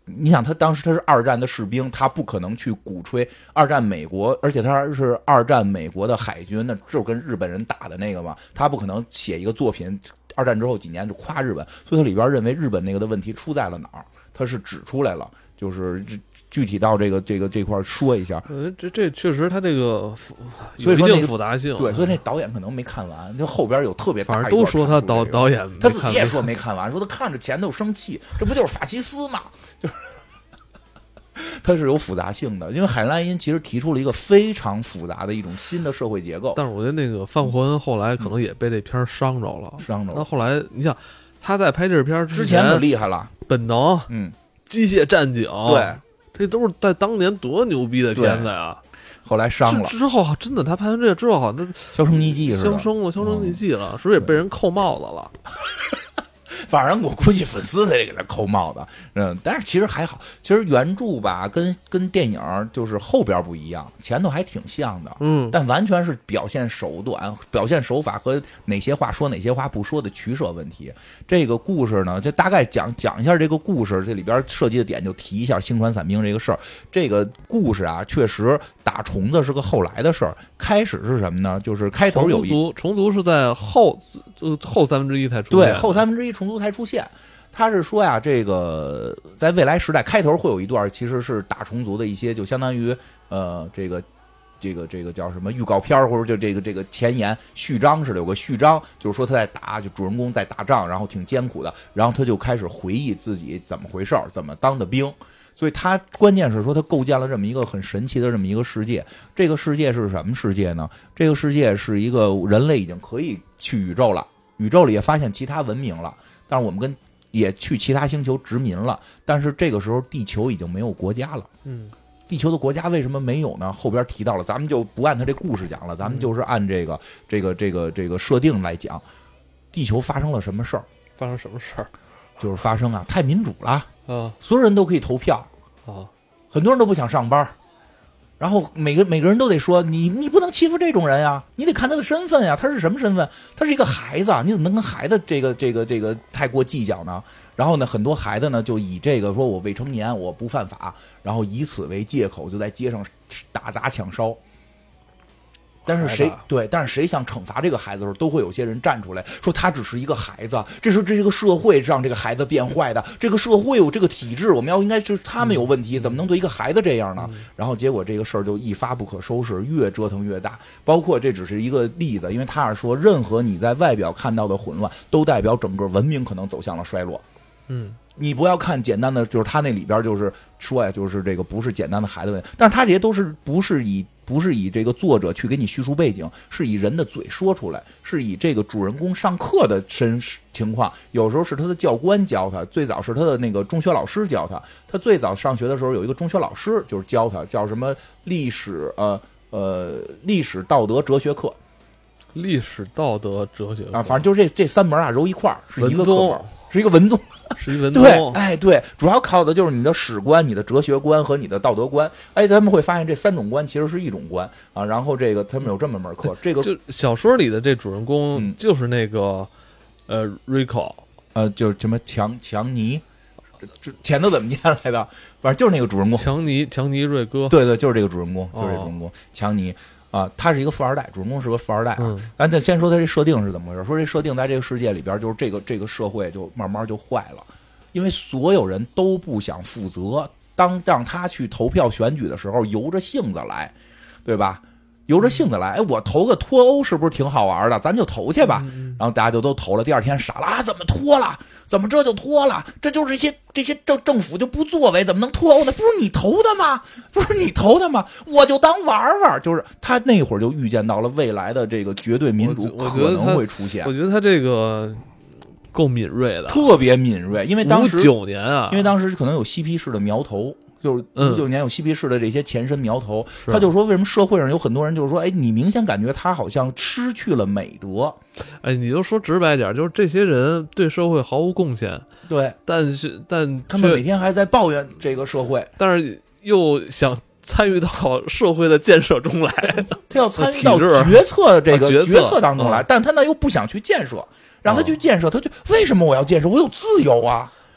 你想他当时他是二战的士兵，他不可能去鼓吹二战美国，而且他是二战美国的海军，那就是跟日本人打的那个嘛，他不可能写一个作品二战之后几年就夸日本，所以他里边认为日本那个的问题出在了哪儿，他是指出来了，就是具体到这个这个这块说一下。 呃，这这确实他这个所以说有一定复杂性， 对，所以那导演可能没看完，就后边有特别大一段， 反正都说他导导演他自己也说没看完，说他看着前头生气，这不就是法西斯吗？就是它是有复杂性的，因为海莱因其实提出了一个非常复杂的一种新的社会结构。 但是我觉得那个范霍恩后来可能也被这片伤着了， 伤着了。 那后来你想他在拍这片之前可厉害了， 本能， 嗯， 机械战警， 对， 这都是在当年多牛逼的片子呀。 后来伤了之后，真的他拍完这个之后，好像销声匿迹似的， 销声了，销声匿迹了，是不是也被人扣帽子了？ 反正我估计粉丝得给他扣帽子，嗯，但是其实还好，其实原著吧跟跟电影就是后边不一样，前头还挺像的， 嗯， 但完全是表现手段、表现手法和哪些话说哪些话不说的取舍问题。这个故事呢，就大概讲讲一下这个故事，这里边涉及的点就提一下星船伞兵这个事儿。这个故事啊，确实打虫子是个后来的事儿，开始是什么呢？就是开头有一虫族是在后呃后三分之一才出现， 对，后三分之一虫族才出现。他是说呀，这个在未来时代开头会有一段，其实是打虫族的一些，就相当于呃，这个这个这个叫什么预告片，或者就这个这个前言序章似的，有个序章，就是说他在打，就主人公在打仗，然后挺艰苦的，然后他就开始回忆自己怎么回事怎么当的兵。所以他关键是说，他构建了这么一个很神奇的这么一个世界。这个世界是什么世界呢？这个世界是一个人类已经可以去宇宙了，宇宙里也发现其他文明了，但是我们跟也去其他星球殖民了，但是这个时候地球已经没有国家了。 嗯， 地球的国家为什么没有呢？后边提到了，咱们就不按他这故事讲了，咱们就是按这个、嗯、这个这个这个设定来讲，地球发生了什么事儿？ 发生什么事儿？ 就是发生啊，太民主了， 啊， 所有人都可以投票， 啊， 很多人都不想上班。然后每个每个人都得说你你不能欺负这种人呀，你得看他的身份呀，他是什么身份？他是一个孩子，你怎么能跟孩子这个这个这个太过计较呢？然后呢，很多孩子呢就以这个说我未成年，我不犯法，然后以此为借口就在街上打砸抢烧。但是谁对？但是谁想惩罚这个孩子的时候，都会有些人站出来说他只是一个孩子，这是这是个社会让这个孩子变坏的，这个社会有这个体制，我们要应该就是他们有问题，怎么能对一个孩子这样呢？然后结果这个事儿就一发不可收拾，越折腾越大。包括这只是一个例子，因为他是说，任何你在外表看到的混乱，都代表整个文明可能走向了衰落。 嗯。 你不要看简单的，就是他那里边就是说呀，就是这个不是简单的孩子问题，但是他这些都是不是以不是以这个作者去给你叙述背景，是以人的嘴说出来，是以这个主人公上课的身情况，有时候是他的教官教他，最早是他的那个中学老师教他，他最早上学的时候有一个中学老师就是教他，叫什么历史呃呃历史道德哲学课。 历史道德哲学啊，反正就是这这三门啊揉一块儿是一个课本，是一个文综， 是一文综。 对，哎对，主要靠的就是你的史观、你的哲学观和你的道德观。哎，咱们会发现这三种观其实是一种观啊。然后这个他们有这么门课，这个就小说里的这主人公就是那个、嗯、呃 Rico， 呃，就是什么强强尼，这前头怎么念来的？反正就是那个主人公强尼强尼瑞哥。 对对，就是这个主人公，就是这个主人公、哦、强尼。啊，他是一个富二代，主人公是个富二代啊。咱、嗯、先说他这设定是怎么回事？说这设定在这个世界里边，就是这个这个社会就慢慢就坏了，因为所有人都不想负责。当让他去投票选举的时候，由着性子来，对吧？由着性子来，哎，我投个脱欧是不是挺好玩的？咱就投去吧。 嗯、 然后大家就都投了。第二天傻了啊，怎么脱了？怎么这就脱了？这就是这些这些政政府就不作为，怎么能脱欧呢？不是你投的吗？不是你投的吗？我就当玩玩。就是他那会儿就预见到了未来的这个绝对民主可能会出现。 我觉得他这个够敏锐的， 特别敏锐，因为当时五九年啊， 因为当时可能有嬉皮士的苗头。就是五九年有嬉皮士的这些前身苗头，嗯、他就说为什么社会上有很多人就是说，哎，你明显感觉他好像失去了美德。 哎，你就说直白点，就是这些人对社会毫无贡献， 对， 但是但他们每天还在抱怨这个社会， 但是又想参与到社会的建设中来， 他要参与到决策这个决策当中来， 嗯、 但他呢又不想去建设，让他去建设，他就为什么我要建设？我有自由啊。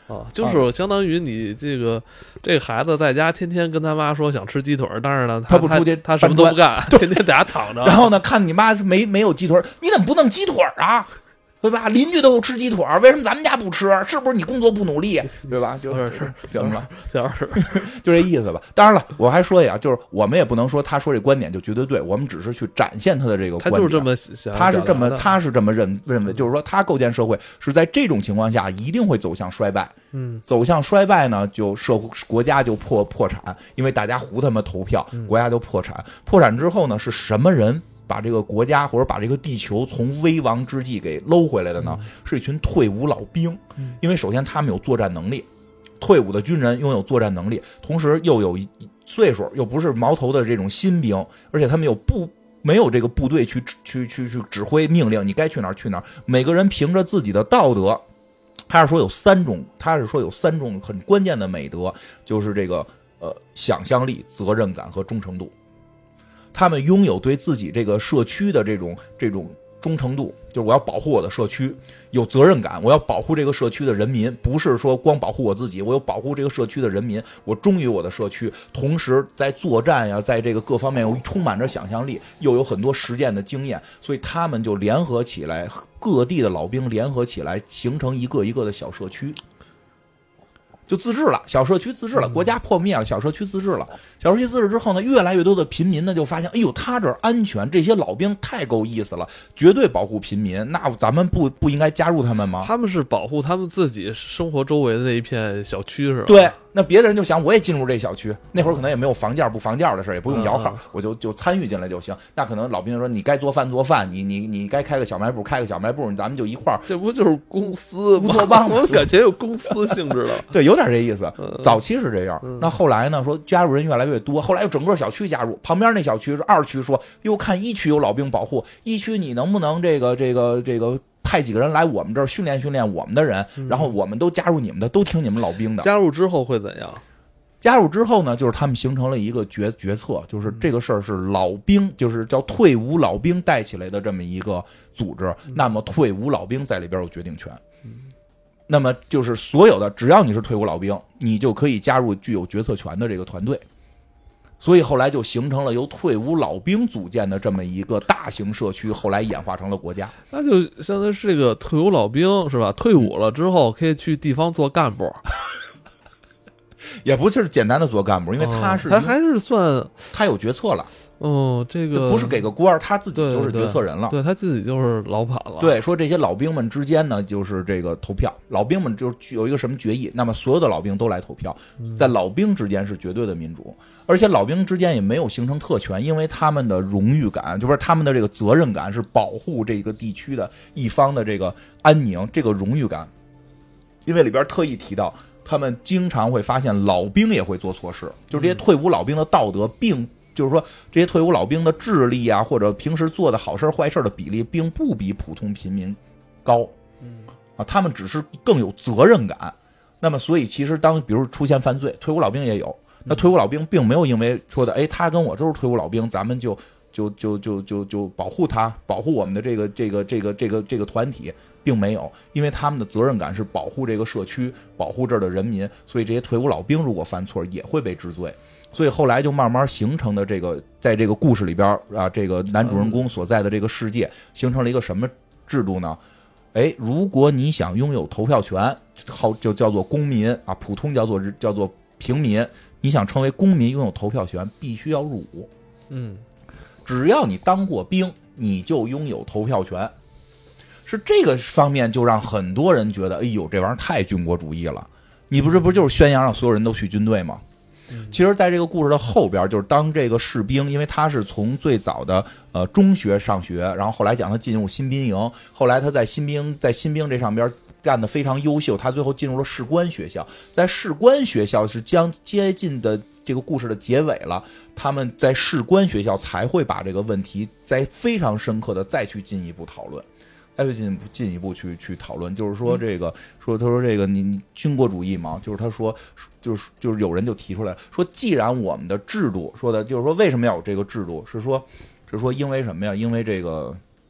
啊，就是相当于你这个这个孩子在家天天跟他妈说想吃鸡腿，但是呢他他不出去他什么都不干，天天在家躺着。 然后呢，看你妈没没有鸡腿，你怎么不弄鸡腿啊？对吧？邻居都吃鸡腿，为什么咱们家不吃？是不是你工作不努力？对吧？就是是行了， 就是就这意思吧。当然了，我还说呀，就是我们也不能说他说这观点就绝对对，我们只是去展现他的这个观点。 他就是这么想， 他是这么他是这么认认为，就是说他构建社会是在这种情况下一定会走向衰败。 嗯， 走向衰败呢，就社会国家就破破产，因为大家胡他妈投票，国家就破产。破产之后呢，是什么人把这个国家或者把这个地球从危亡之际给搂回来的呢？是一群退伍老兵，因为首先他们有作战能力，退伍的军人拥有作战能力，同时又有岁数，又不是毛头的这种新兵，而且他们有部没有这个部队去去去去指挥命令，你该去哪儿去哪儿，每个人凭着自己的道德。他是说有三种，他是说有三种很关键的美德，就是这个呃想象力、责任感和忠诚度。他们拥有对自己这个社区的这种这种忠诚度，就是我要保护我的社区，有责任感，我要保护这个社区的人民，不是说光保护我自己，我有保护这个社区的人民，我忠于我的社区，同时在作战呀，在这个各方面又充满着想象力，又有很多实践的经验，所以他们就联合起来，各地的老兵联合起来，形成一个一个的小社区。就自治了，小社区自治了，国家破灭了，小社区自治了。小社区自治之后呢，越来越多的贫民呢就发现，哎呦，他这儿安全，这些老兵太够意思了，绝对保护贫民，那咱们不不应该加入他们吗？ 他们是保护他们自己生活周围的那一片小区是吧？ 对，那别的人就想，我也进入这小区，那会儿可能也没有房价不房价的事，也不用摇号， 嗯、 我就就参与进来就行。那可能老兵就说，你该做饭做饭，你你你该开个小卖部开个小卖部，咱们就一块儿。 这不就是公司乌托邦吗？ 我感觉有公司性质的。 对，有点这意思。早期是这样，那后来呢？说加入人越来越多，后来又整个小区加入，旁边那小区是二区说，又看一区有老兵保护，一区你能不能这个这个这个派几个人来我们这儿训练训练我们的人，然后我们都加入你们的，都听你们老兵的。 加入之后会怎样？ 加入之后呢，就是他们形成了一个决决策，就是这个事儿是老兵，就是叫退伍老兵带起来的这么一个组织，那么退伍老兵在里边有决定权。那么就是所有的，只要你是退伍老兵，你就可以加入具有决策权的这个团队。所以后来就形成了由退伍老兵组建的这么一个大型社区，后来演化成了国家。 那就相当于是这个退伍老兵是吧？退伍了之后可以去地方做干部。 也不是简单的做干部，因为他是、 哦、他还是算他有决策了。 哦，这个不是给个官，他自己就是决策人了。 对，对，对他自己就是老板了。 对，说这些老兵们之间呢，就是这个投票，老兵们就是有一个什么决议，那么所有的老兵都来投票，在老兵之间是绝对的民主，而且老兵之间也没有形成特权，因为他们的荣誉感，就是他们的这个责任感是保护这个地区的一方的这个安宁，这个荣誉感，因为里边特意提到。他们经常会发现老兵也会做错事，就是这些退伍老兵的道德并就是说这些退伍老兵的智力啊，或者平时做的好事坏事的比例并不比普通平民高，啊，他们只是更有责任感。那么所以其实当比如出现犯罪，退伍老兵也有，那退伍老兵并没有因为说的哎他跟我都是退伍老兵，咱们就就就就就就保护他，保护我们的这个这个这个这个这个团体。并没有，因为他们的责任感是保护这个社区，保护这儿的人民，所以这些退伍老兵如果犯错也会被治罪。所以后来就慢慢形成的这个，在这个故事里边啊，这个男主人公所在的这个世界形成了一个什么制度呢？哎，如果你想拥有投票权，好就叫做公民啊，普通叫做叫做平民，你想成为公民拥有投票权，必须要入伍。 嗯， 只要你当过兵，你就拥有投票权。是这个方面就让很多人觉得，哎呦，这玩意儿太军国主义了。你不是不就是宣扬让所有人都去军队吗？其实在这个故事的后边，就是当这个士兵，因为他是从最早的呃中学上学，然后后来讲他进入新兵营，后来他在新兵在新兵这上边干得非常优秀，他最后进入了士官学校，在士官学校是将接近的这个故事的结尾了，他们在士官学校才会把这个问题再非常深刻的再去进一步讨论。再去进一步进一步去去讨论，就是说这个、嗯、说他说这个你你军国主义嘛，就是他说就是就是有人就提出来说，既然我们的制度说的就是说为什么要有这个制度，是说是说因为什么呀？因为这个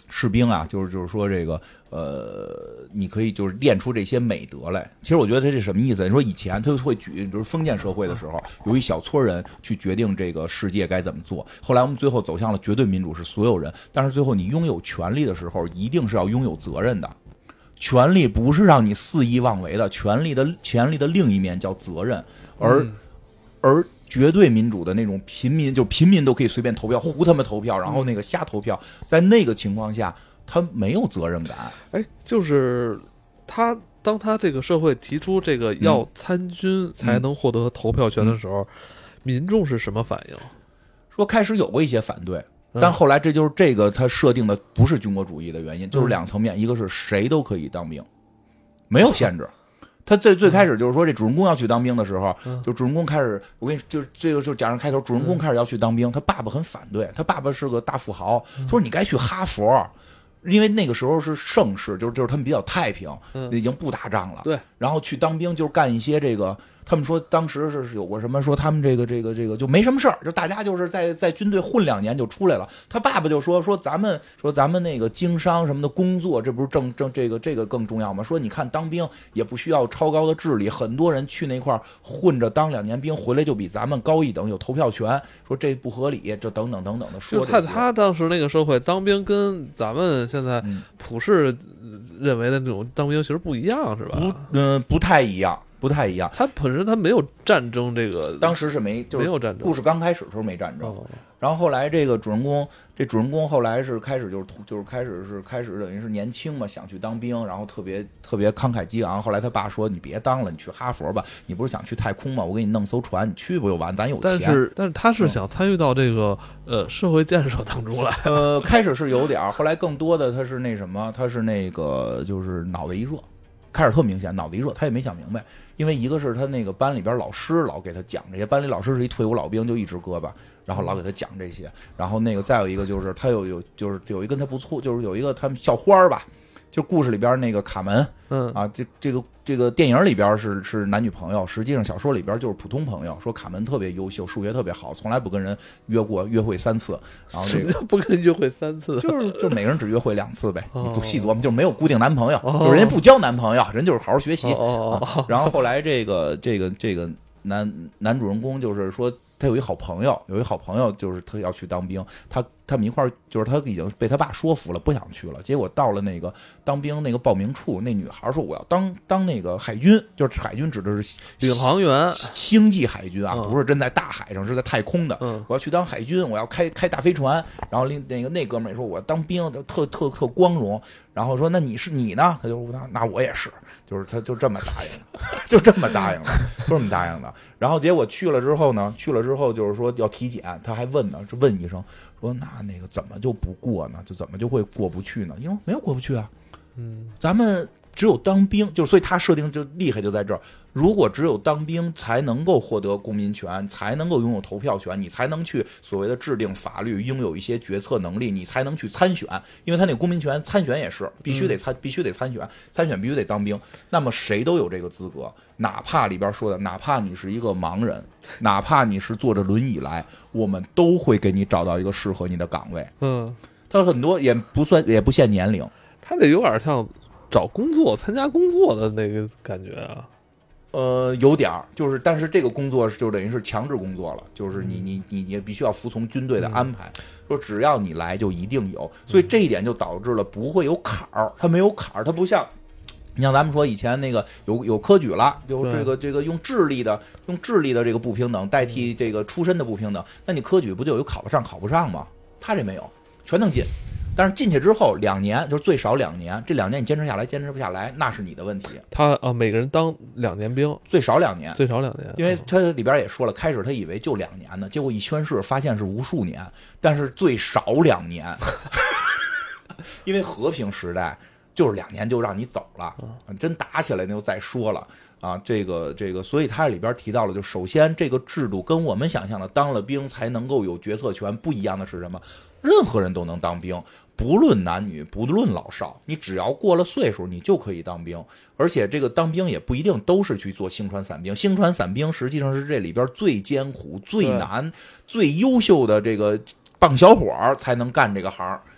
士兵啊，就是就是说这个呃，你可以就是练出这些美德来。其实我觉得这是什么意思？你说以前他会举，比如封建社会的时候，有一小撮人去决定这个世界该怎么做。后来我们最后走向了绝对民主，是所有人。但是最后你拥有权利的时候，一定是要拥有责任的。权利不是让你肆意妄为的，权利的权利的另一面叫责任，而、嗯、而。绝对民主的那种平民，就平民都可以随便投票，胡他妈投票，然后那个瞎投票，在那个情况下，他没有责任感。 哎，就是他当他这个社会提出这个要参军才能获得投票权的时候，嗯、民众是什么反应？ 说开始有过一些反对，但后来这就是这个他设定的不是军国主义的原因，就是两层面，一个是谁都可以当兵，没有限制。他最最开始就是说，这主人公要去当兵的时候，嗯、就主人公开始，我跟你就这个就讲上开头，主人公开始要去当兵，他爸爸很反对，他爸爸是个大富豪，他说你该去哈佛，因为那个时候是盛世，就是就是他们比较太平，嗯、已经不打仗了， 对， 然后去当兵就是干一些这个。他们说当时是有过什么说他们这个这个这个就没什么事儿，就大家就是在在军队混两年就出来了。他爸爸就说说咱们说咱们那个经商什么的工作，这不是正正这个这个更重要吗？说你看当兵也不需要超高的智力，很多人去那块混着当两年兵回来就比咱们高一等，有投票权，说这不合理，这等等等等的说。 就他他当时那个社会当兵跟咱们现在普世认为的那种当兵其实不一样，是吧？ 不，嗯、呃，不太一样。不太一样， 他本身他没有战争这个， 当时是没，就是没有战争。 故事刚开始的时候没战争，哦、然后后来这个主人公，这主人公后来是开始就是就是开始是开始等于是年轻嘛，想去当兵，然后特别特别慷慨激昂。后来他爸说：“你别当了，你去哈佛吧，你不是想去太空吗？我给你弄艘船，你去不就完？咱有钱。” 但是但是他是想参与到这个、嗯、呃社会建设当中来。 呃，开始是有点，后来更多的他是那什么，他是那个就是脑袋一热。开始特明显，脑子一热，他也没想明白，因为一个是他那个班里边老师老给他讲这些，班里老师是一退伍老兵，就一直胳膊，然后老给他讲这些，然后那个再有一个就是他有有就是有一个跟他不错，就是有一个他们校花吧，就故事里边那个卡门， 嗯啊，这这个这个电影里边是是男女朋友，实际上小说里边就是普通朋友。说卡门特别优秀，数学特别好，从来不跟人约过约会三次。然后这个不跟人约会三次， 就是就每个人只约会两次呗。你就细琢磨，就是没有固定男朋友，就是人家不交男朋友，人就是好好学习。啊、然后后来这个这个这个男男主人公就是说。他有一好朋友，有一好朋友就是他要去当兵，他他们一块儿就是他已经被他爸说服了，不想去了。结果到了那个当兵那个报名处，那女孩说我要当当那个海军，就是海军指的是领航员， 星际海军啊， 嗯、 不是真在大海上，是在太空的。 嗯、 我要去当海军，我要开开大飞船。然后另那个那哥们儿也说我要当兵，特特特光荣。然后说那你是你呢？他就那那我也是，就是他就这么答应了，就这么答应了，就这么答应的。然后结果去了之后呢，去了之后就是说要体检，他还问呢，就问医生说那那个怎么就不过呢？就怎么就会过不去呢？因为没有过不去啊， 嗯， 咱们只有当兵，就所以他设定就厉害就在这儿。如果只有当兵才能够获得公民权，才能够拥有投票权，你才能去所谓的制定法律，拥有一些决策能力，你才能去参选。因为他那个公民权参选也是必须得参，必须得参选，参选必须得当兵。那么谁都有这个资格，哪怕里边说的，哪怕你是一个盲人，哪怕你是坐着轮椅来，我们都会给你找到一个适合你的岗位。 嗯， 他很多也不算，也不限年龄， 他这有点像找工作、参加工作的那个感觉啊。 呃，有点儿，就是，但是这个工作就等于是强制工作了，就是你你你你必须要服从军队的安排，嗯、说只要你来就一定有，所以这一点就导致了不会有坎儿，它没有坎儿，它不像。你像咱们说以前那个有有科举了，有这个这个用智力的用智力的这个不平等代替这个出身的不平等，那你科举不就有考得上考不上吗？他这没有，全能进。但是进去之后两年，就是最少两年，这两年你坚持下来，坚持不下来，那是你的问题。 他啊、呃，每个人当两年兵， 最少两年， 最少两年， 因为他里边也说了，开始他以为就两年呢，结果一宣誓发现是无数年，但是最少两年，因为和平时代就是两年就让你走了，真打起来那就再说了啊。这个这个，所以他里边提到了，就首先这个制度跟我们想象的当了兵才能够有决策权不一样的是什么？任何人都能当兵。不论男女，不论老少，你只要过了岁数，你就可以当兵。而且这个当兵也不一定都是去做星川散兵，星川散兵实际上是这里边最艰苦、最难、最优秀的这个棒小伙才能干这个行。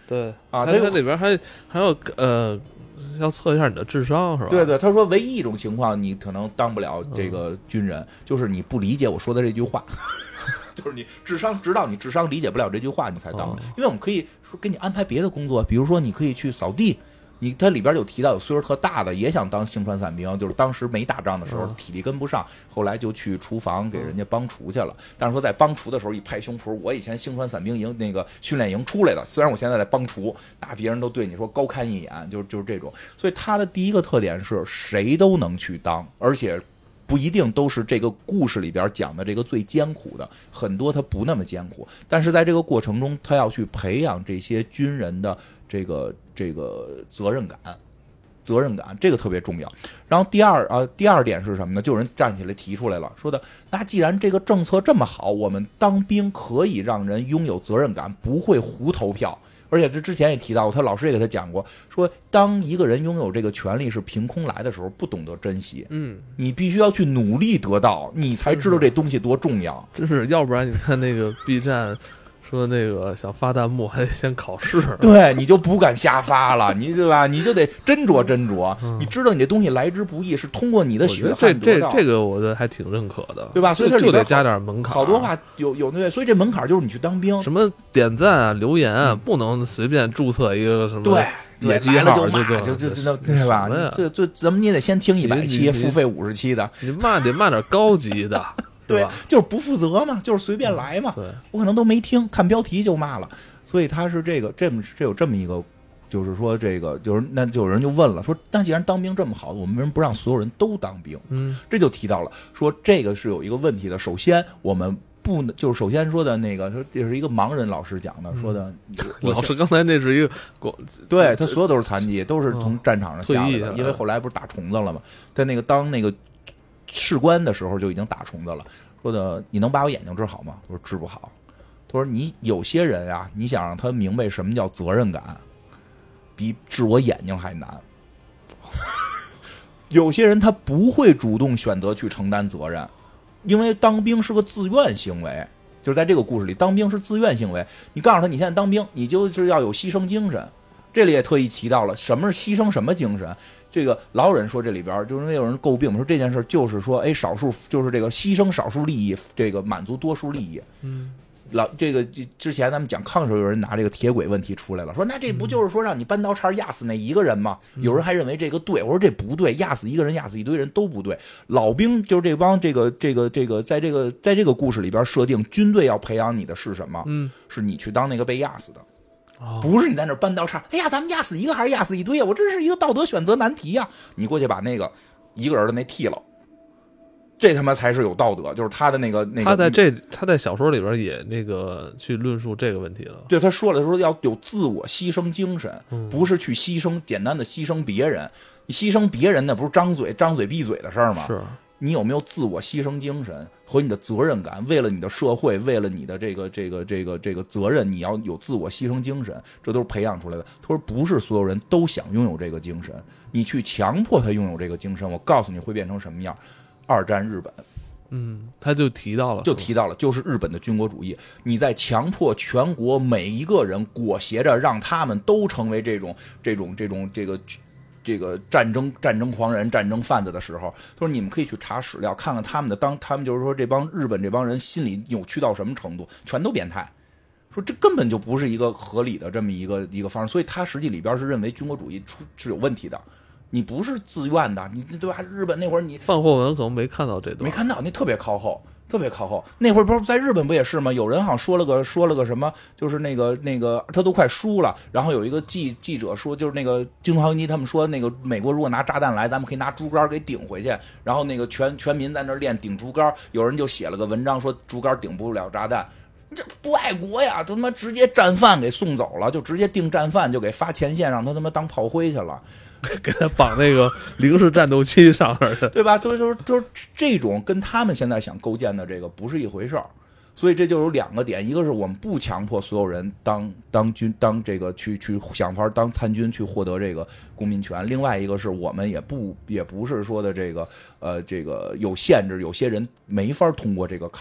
对啊， 它它里边还还有呃。要测一下你的智商是吧？ 对对，他说唯一一种情况你可能当不了这个军人，嗯、就是你不理解我说的这句话，就是你智商直到你智商理解不了这句话，你才当。嗯、因为我们可以说给你安排别的工作，比如说你可以去扫地。你它里边有提到有岁数特大的也想当星川伞兵，就是当时没打仗的时候体力跟不上，后来就去厨房给人家帮厨去了。但是说在帮厨的时候一拍胸脯，我以前星川伞兵营那个训练营出来的，虽然我现在在帮厨，那别人都对你说高看一眼，就是就是这种。所以他的第一个特点是谁都能去当，而且不一定都是这个故事里边讲的这个最艰苦的，很多它不那么艰苦，但是在这个过程中他要去培养这些军人的这个这个责任感，责任感这个特别重要。然后第二啊，第二点是什么呢？就有人站起来提出来了，说的那既然这个政策这么好，我们当兵可以让人拥有责任感，不会胡投票。而且这之前也提到过，他老师也给他讲过，说当一个人拥有这个权利是凭空来的时候，不懂得珍惜。嗯，你必须要去努力得到，你才知道这东西多重要。 真是，要不然你看那个 B 站。说那个想发弹幕还得先考试， 对你就不敢瞎发了，你对吧？你就得斟酌斟酌，嗯、你知道你这东西来之不易，是通过你的血汗得到。 这这这个我觉得还挺认可的， 对吧？所以它就得加点门槛。 好多话有有那，所以这门槛就是你去当兵， 什么点赞啊、留言啊，嗯、不能随便注册一个什么对。 野鸡号就骂就就就对吧？这这咱们你得先听一百期，付费五十期的， 你骂得骂点高级的。 对，就是不负责嘛，就是随便来嘛。 对， 我可能都没听，看标题就骂了，所以他是这个这么这有这么一个，就是说这个就是那就有人就问了，说那既然当兵这么好，我们为什么不让所有人都当兵？ 嗯， 这就提到了说这个是有一个问题的。首先我们不就是首先说的那个，这是一个盲人老师讲的，说的、 嗯、老师刚才那是一个对他所有都是残疾，都是从战场上下来的，因为后来不是打虫子了吗？他那个当那个。士官的时候就已经打虫子了，说的你能把我眼睛治好吗？我说治不好。他说你有些人啊，你想让他明白什么叫责任感，比治我眼睛还难。有些人他不会主动选择去承担责任，因为当兵是个自愿行为。就是在这个故事里，当兵是自愿行为。你告诉他，你现在当兵，你就是要有牺牲精神。这里也特意提到了什么是牺牲什么精神。这个老有人说这里边就是因为有人诟病，说这件事就是说，哎，少数就是这个牺牲少数利益，这个满足多数利益。 嗯， 老这个之前咱们讲抗的时候，有人拿这个铁轨问题出来了，说那这不就是说让你搬刀叉压死那一个人吗？ 嗯、 有人还认为这个对，我说这不对，压死一个人，压死一堆人都不对。老兵就是这帮这个这个这个，在这个在这个故事里边设定，军队要培养你的是什么？ 嗯， 是你去当那个被压死的。 哦、 不是你在那搬刀叉，哎呀，咱们压死一个还是压死一堆啊？我这是一个道德选择难题呀、啊！你过去把那个一个人的那剃了，这他妈才是有道德。就是他的那个那个， 他在这他在小说里边也那个去论述这个问题了。 对，他说了说要有自我牺牲精神， 嗯、 不是去牺牲简单的牺牲别人。你牺牲别人那不是张嘴张嘴闭嘴的事儿吗？ 是。 你有没有自我牺牲精神和你的责任感？为了你的社会，为了你的这个这个这个这个责任，你要有自我牺牲精神，这都是培养出来的。他说不是所有人都想拥有这个精神，你去强迫他拥有这个精神，我告诉你会变成什么样。二战日本， 嗯，他就提到了， 就提到了，就是日本的军国主义。你在强迫全国每一个人裹挟着，让他们都成为这种这种这种这个。这个战争战争狂人、战争贩子的时候，他说你们可以去查史料，看看他们的当，他们就是说这帮日本这帮人心理扭曲到什么程度，全都变态。说这根本就不是一个合理的这么一个一个方式，所以他实际里边是认为军国主义出是有问题的，你不是自愿的，你对吧？日本那会儿你范霍文可能没看到这段， 没看到，那特别靠后。特别靠后，那会儿不是在日本不也是吗？有人好像说了个说了个什么，就是那个那个他都快输了，然后有一个记记者说，就是那个京华尼他们说，那个美国如果拿炸弹来，咱们可以拿竹竿给顶回去，然后那个全全民在那练顶竹竿，有人就写了个文章说竹竿顶不了炸弹，这不爱国呀！他妈直接战犯给送走了，就直接定战犯就给发前线，让他他妈当炮灰去了。 给他绑那个零式战斗机上面的， 对吧？就是就是就是这种跟他们现在想构建的这个不是一回事儿，所以这就有两个点，一个是我们不强迫所有人当当军当这个去去想法当参军去获得这个公民权，另外一个是我们也不也不是说的这个呃这个有限制，有些人没法通过这个坎儿。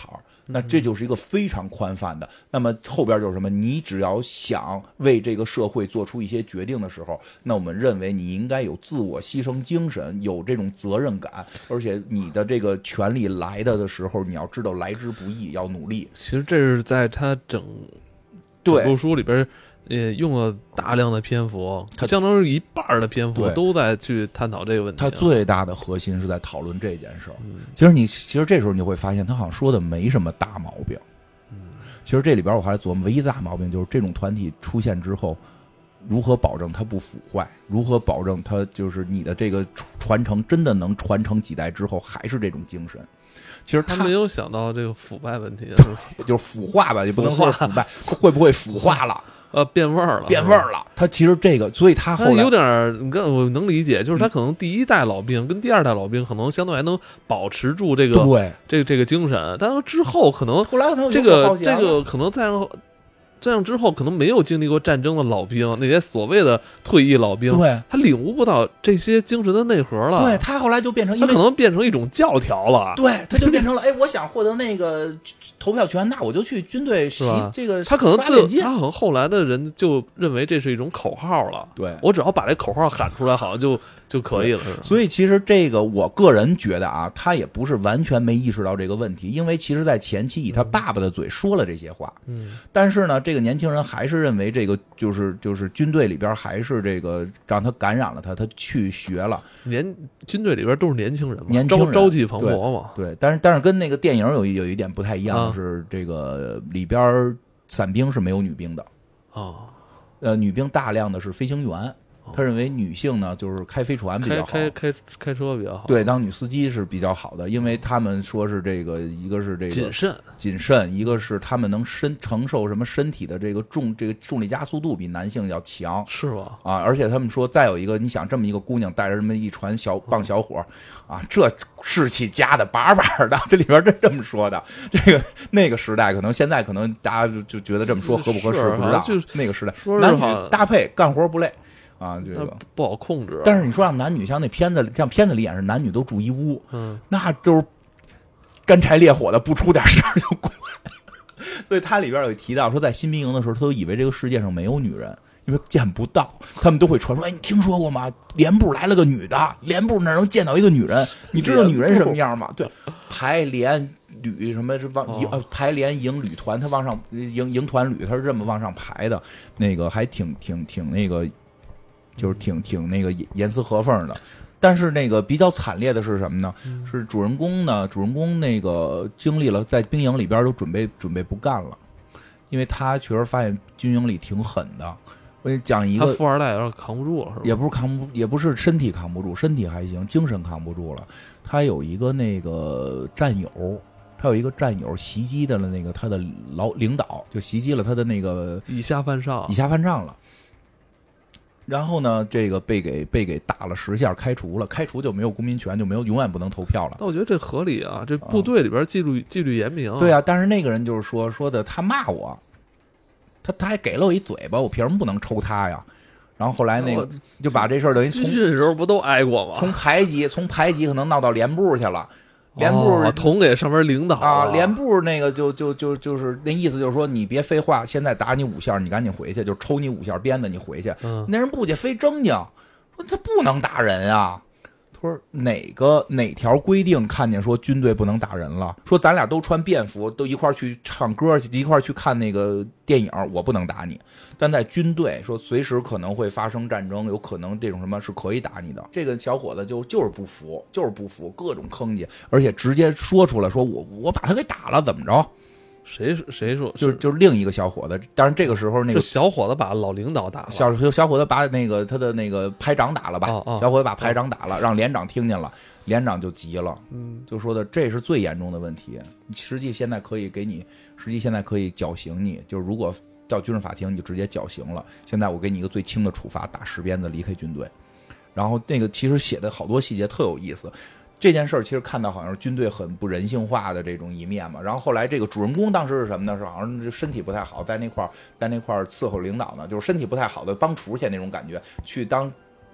那这就是一个非常宽泛的。那么后边就是什么？你只要想为这个社会做出一些决定的时候，那我们认为你应该有自我牺牲精神，有这种责任感，而且你的这个权利来的的时候，你要知道来之不易，要努力。 其实这是在他整整部书里边。也用了大量的篇幅，它相当于一半的篇幅都在去探讨这个问题。 它最大的核心是在讨论这件事儿。嗯、其实你其实这时候你会发现，他好像说的没什么大毛病。嗯，其实这里边我还琢磨，唯一的大毛病就是这种团体出现之后，如何保证它不腐坏？如何保证它就是你的这个传承真的能传承几代之后还是这种精神？其实 他, 他没有想到这个腐败问题， 就是腐化吧，也不能说腐败，会不会腐化了？ 呃，变味儿了， 变味儿了。他其实这个，所以他后来有点，你看我能理解，就是他可能第一代老兵跟第二代老兵可能相对还能保持住这个对这个这个精神，但是之后可能后来可能这个这个可能再让。这样之后，可能没有经历过战争的老兵，那些所谓的退役老兵， 对， 他领悟不到这些精神的内核了。 对他后来就变成， 他可能变成一种教条了。 对，他就变成了，哎，我想获得那个投票权，那我就去军队洗这个。 他可能最他可能后来的人就认为这是一种口号了。 对， 我只要把这口号喊出来，好像就就可以了。 所以其实这个，我个人觉得啊，他也不是完全没意识到这个问题，因为其实在前期以他爸爸的嘴说了这些话。 嗯， 但是呢，这个年轻人还是认为这个就是就是军队里边还是这个让他感染了他，他去学了。 年军队里边都是年轻人嘛， 年轻人朝气蓬勃嘛。 对，对但是但是跟那个电影有有一点不太一样，啊、是这个里边伞兵是没有女兵的啊、哦， 呃，女兵大量的是飞行员。他认为女性呢，就是开飞船比较好， 开开开开车比较好。 对，当女司机是比较好的，因为他们说是这个，一个是这个谨慎谨慎，一个是他们能身承受什么身体的这个重这个重力加速度比男性要强， 是吧？ 啊，而且他们说再有一个，你想这么一个姑娘带着这么一船小棒小伙，啊，这士气加的把把的，这里边真这么说的。这个那个时代，可能现在可能大家就就觉得这么说合不合适不知道， 就是那个时代男女搭配干活不累。啊，这个不好控制。 但是你说让男女像那片子，像片子里演是男女都住一屋， 嗯， 那都是干柴烈火的，不出点事儿就过。所以他里边有提到说，在新兵营的时候，他都以为这个世界上没有女人，因为见不到，他们都会传说，哎，你听说过吗？连部来了个女的，连部那能见到一个女人，你知道女人什么样吗？对，排连旅什么是往呃排连营旅团，他往上营营团旅，他是这么往上排的，那个还挺挺挺那个。就是挺挺那个严丝合缝的，但是那个比较惨烈的是什么呢？ 嗯、 是主人公呢，主人公那个经历了在兵营里边都准备准备不干了，因为他确实发现军营里挺狠的。我给你讲一个， 他富二代有点扛不住了，是吧？ 也不是扛不，也不是身体扛不住，身体还行，精神扛不住了。他有一个那个战友。他有一个战友袭击的了那个他的老领导，就袭击了他的那个以下犯上， 以下犯上了。然后呢，这个被给被给打了十下，开除了，开除就没有公民权，就没有永远不能投票了。 那我觉得这合理啊，这部队里边纪律、嗯、纪律严明、啊。 对啊，但是那个人就是说说的，他骂我，他他还给了我一嘴巴，我凭什么不能抽他呀？然后后来那个就把这事儿等于从这时候不都挨过吗？ 从排级从排级可能闹到连部去了。连部、 哦、捅给上面领导啊，连部那个就就就就是那意思，就是说你别废话，现在打你五下，你赶紧回去，就抽你五下鞭子，你回去。 嗯、 那人部去非正经，说他不能打人啊。他说哪个哪条规定看见说军队不能打人了？说咱俩都穿便服，都一块去唱歌，一块去看那个电影，我不能打你。但在军队说随时可能会发生战争，有可能这种什么是可以打你的。这个小伙子就就是不服，就是不服，各种坑去，而且直接说出来说我我把他给打了，怎么着？ 谁谁说？ 就是就是另一个小伙子，当然这个时候那个小伙子把老领导打了， 小小伙子把那个他的那个排长打了吧？ 哦哦、 小伙子把排长打了，哦、让连长听见了，连长就急了， 嗯， 就说的这是最严重的问题，实际现在可以给你，实际现在可以绞刑你，就是如果到军事法庭你就直接绞刑了。现在我给你一个最轻的处罚，打十鞭子离开军队。然后那个其实写的好多细节特有意思。这件事儿其实看到好像是军队很不人性化的这种一面嘛，然后后来这个主人公当时是什么呢？是好像身体不太好，在那块在那块伺候领导呢，就是身体不太好的帮厨去那种感觉，去当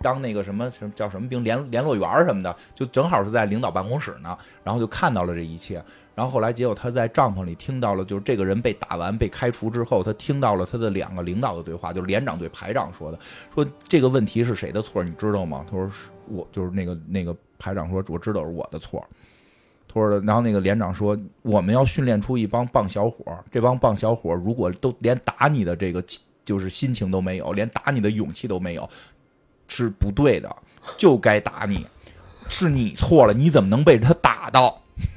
当那个什么什么叫什么兵联联络员什么的，就正好是在领导办公室呢，然后就看到了这一切。然后后来结果他在帐篷里听到了，就是这个人被打完被开除之后，他听到了他的两个领导的对话，就是连长对排长说的，说这个问题是谁的错你知道吗？他说是我，就是那个那个排长说我知道是我的错。他说，然后那个连长说我们要训练出一帮棒小伙，这帮棒小伙如果都连打你的这个就是心情都没有，连打你的勇气都没有，是不对的，就该打你，是你错了，你怎么能被他打到？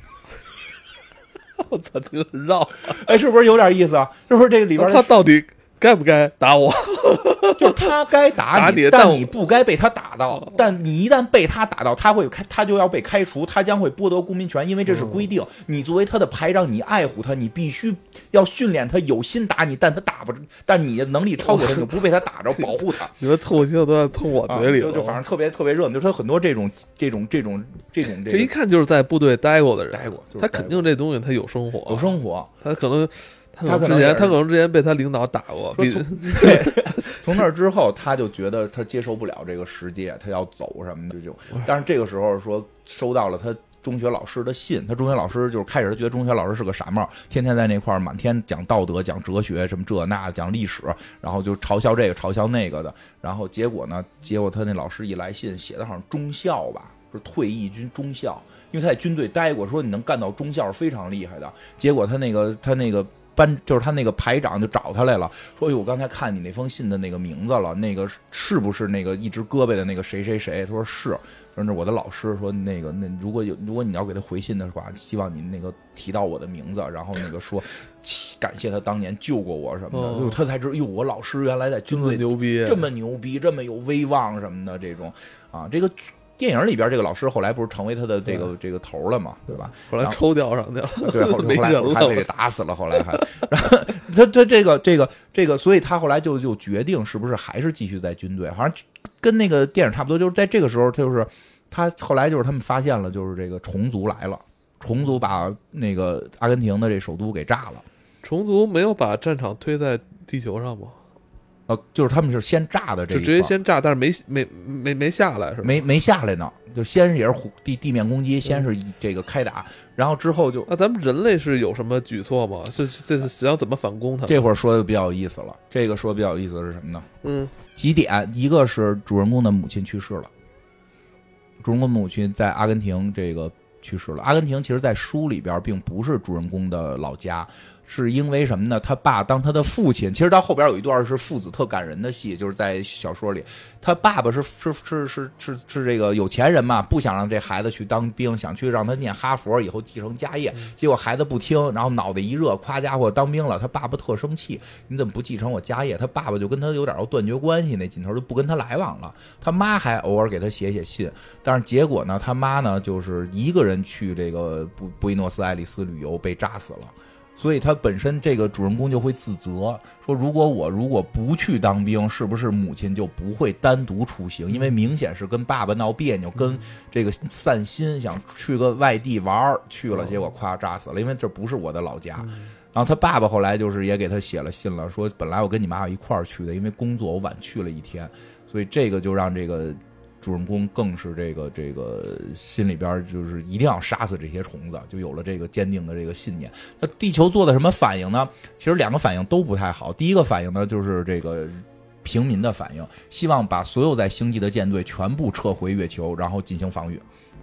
我操，这个绕、啊， 哎，是不是有点意思啊？是不是这个里边他到底该不该打我？ 就是他该打你， 打你但但你不该被他打到。 哦但你一旦被他打到，他会开，他就要被开除，他将会剥夺公民权，因为这是规定。你作为他的排长，你爱护他，你必须要训练他，有心打你，但他打不，但你的能力超过他，你就不被他打着，保护他。 你们吐气都在喷我嘴里了、 啊、就, 就反正特别特别热闹，就是他很多这种这种这种这种这这一看就是在部队待过的人， 待过，就是、 他肯定这东西他有生活， 有生活， 他可能。 他可能之前，他可能之前被他领导打过。 从对，从那之后，他就觉得他接受不了这个世界，他要走什么的就。但是这个时候说收到了他中学老师的信，他中学老师就是开始他觉得中学老师是个傻帽，天天在那块儿满天讲道德、讲哲学什么这那讲历史，然后就嘲笑这个嘲笑那个的。然后结果呢，结果他那老师一来信写的好像中校吧，是退役军中校，因为他在军队待过，说你能干到中校是非常厉害的。结果他那个他那个。班就是他那个排长就找他来了，说：“哎，我刚才看你那封信的那个名字了，那个是不是那个一直胳膊的那个谁谁谁？”他说是，说那我的老师说那个那如果有如果你要给他回信的话，希望你那个提到我的名字，然后那个说感谢他当年救过我什么的。哦、他才知道，哟，我老师原来在军队这么牛逼， 这么牛逼，这么有威望什么的这种啊，这个。电影里边这个老师后来不是成为他的这个这个头了嘛，对吧？ 后来抽调上去了， 对，后后来还被给打死了，后来还，然后他他这个这个这个，所以他后来就就决定是不是还是继续在军队，好像跟那个电影差不多，就是在这个时候，就是他后来就是他们发现了，就是这个虫族来了，虫族把那个阿根廷的这首都给炸了。 虫族没有把战场推在地球上吗？ 呃，就是他们是先炸的这一， 就直接先炸，但是没没没没下来是吧？ 没没下来呢，就先也是地地面攻击，先是这个开打，然后之后就。 那咱们人类是有什么举措吗？是这次想怎么反攻他？ 这会儿说的比较有意思了，这个说的比较有意思的是什么呢？ 嗯， 几点？一个是主人公的母亲去世了，主人公母亲在阿根廷这个去世了。阿根廷其实在书里边并不是主人公的老家。是因为什么呢？他爸当他的父亲，其实到后边有一段是父子特感人的戏，就是在小说里，他爸爸是是是是是是这个有钱人嘛，不想让这孩子去当兵，想去让他念哈佛，以后继承家业，结果孩子不听，然后脑袋一热，夸家伙当兵了，他爸爸特生气，你怎么不继承我家业？他爸爸就跟他有点要断绝关系，那劲头就不跟他来往了。他妈还偶尔给他写写信，但是结果呢，他妈呢就是一个人去这个布布宜诺斯艾利斯旅游，被炸死了。所以他本身这个主人公就会自责，说如果我如果不去当兵，是不是母亲就不会单独出行？因为明显是跟爸爸闹别扭，跟这个散心，想去个外地玩去了，结果夸炸死了，因为这不是我的老家。然后他爸爸后来就是也给他写了信了，说本来我跟你妈妈一块儿去的，因为工作我晚去了一天，所以这个就让这个主人公更是这个这个心里边就是一定要杀死这些虫子，就有了这个坚定的这个信念。那地球做的什么反应呢？其实两个反应都不太好。第一个反应呢，就是这个平民的反应，希望把所有在星际的舰队全部撤回月球，然后进行防御。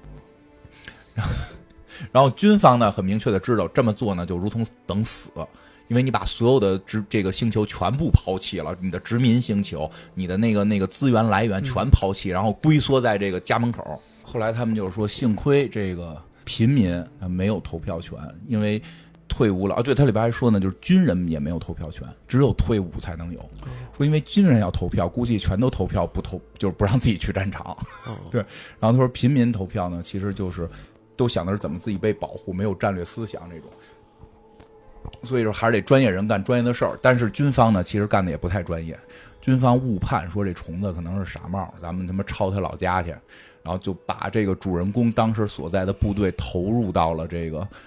然后军方呢，很明确的知道这么做呢，就如同等死。因为你把所有的殖这个星球全部抛弃了，你的殖民星球，你的那个那个资源来源全抛弃，然后龟缩在这个家门口。后来他们就说，幸亏这个平民没有投票权，因为退伍了啊。对，他里边还说呢，就是军人也没有投票权，只有退伍才能有。说因为军人要投票，估计全都投票不投，就是不让自己去战场。对，然后他说平民投票呢，其实就是都想的是怎么自己被保护，没有战略思想这种。所以说还是得专业人干专业的事儿，但是军方呢其实干的也不太专业，军方误判说这虫子可能是傻帽，咱们他妈抄他老家去，然后就把这个主人公当时所在的部队投入到了这个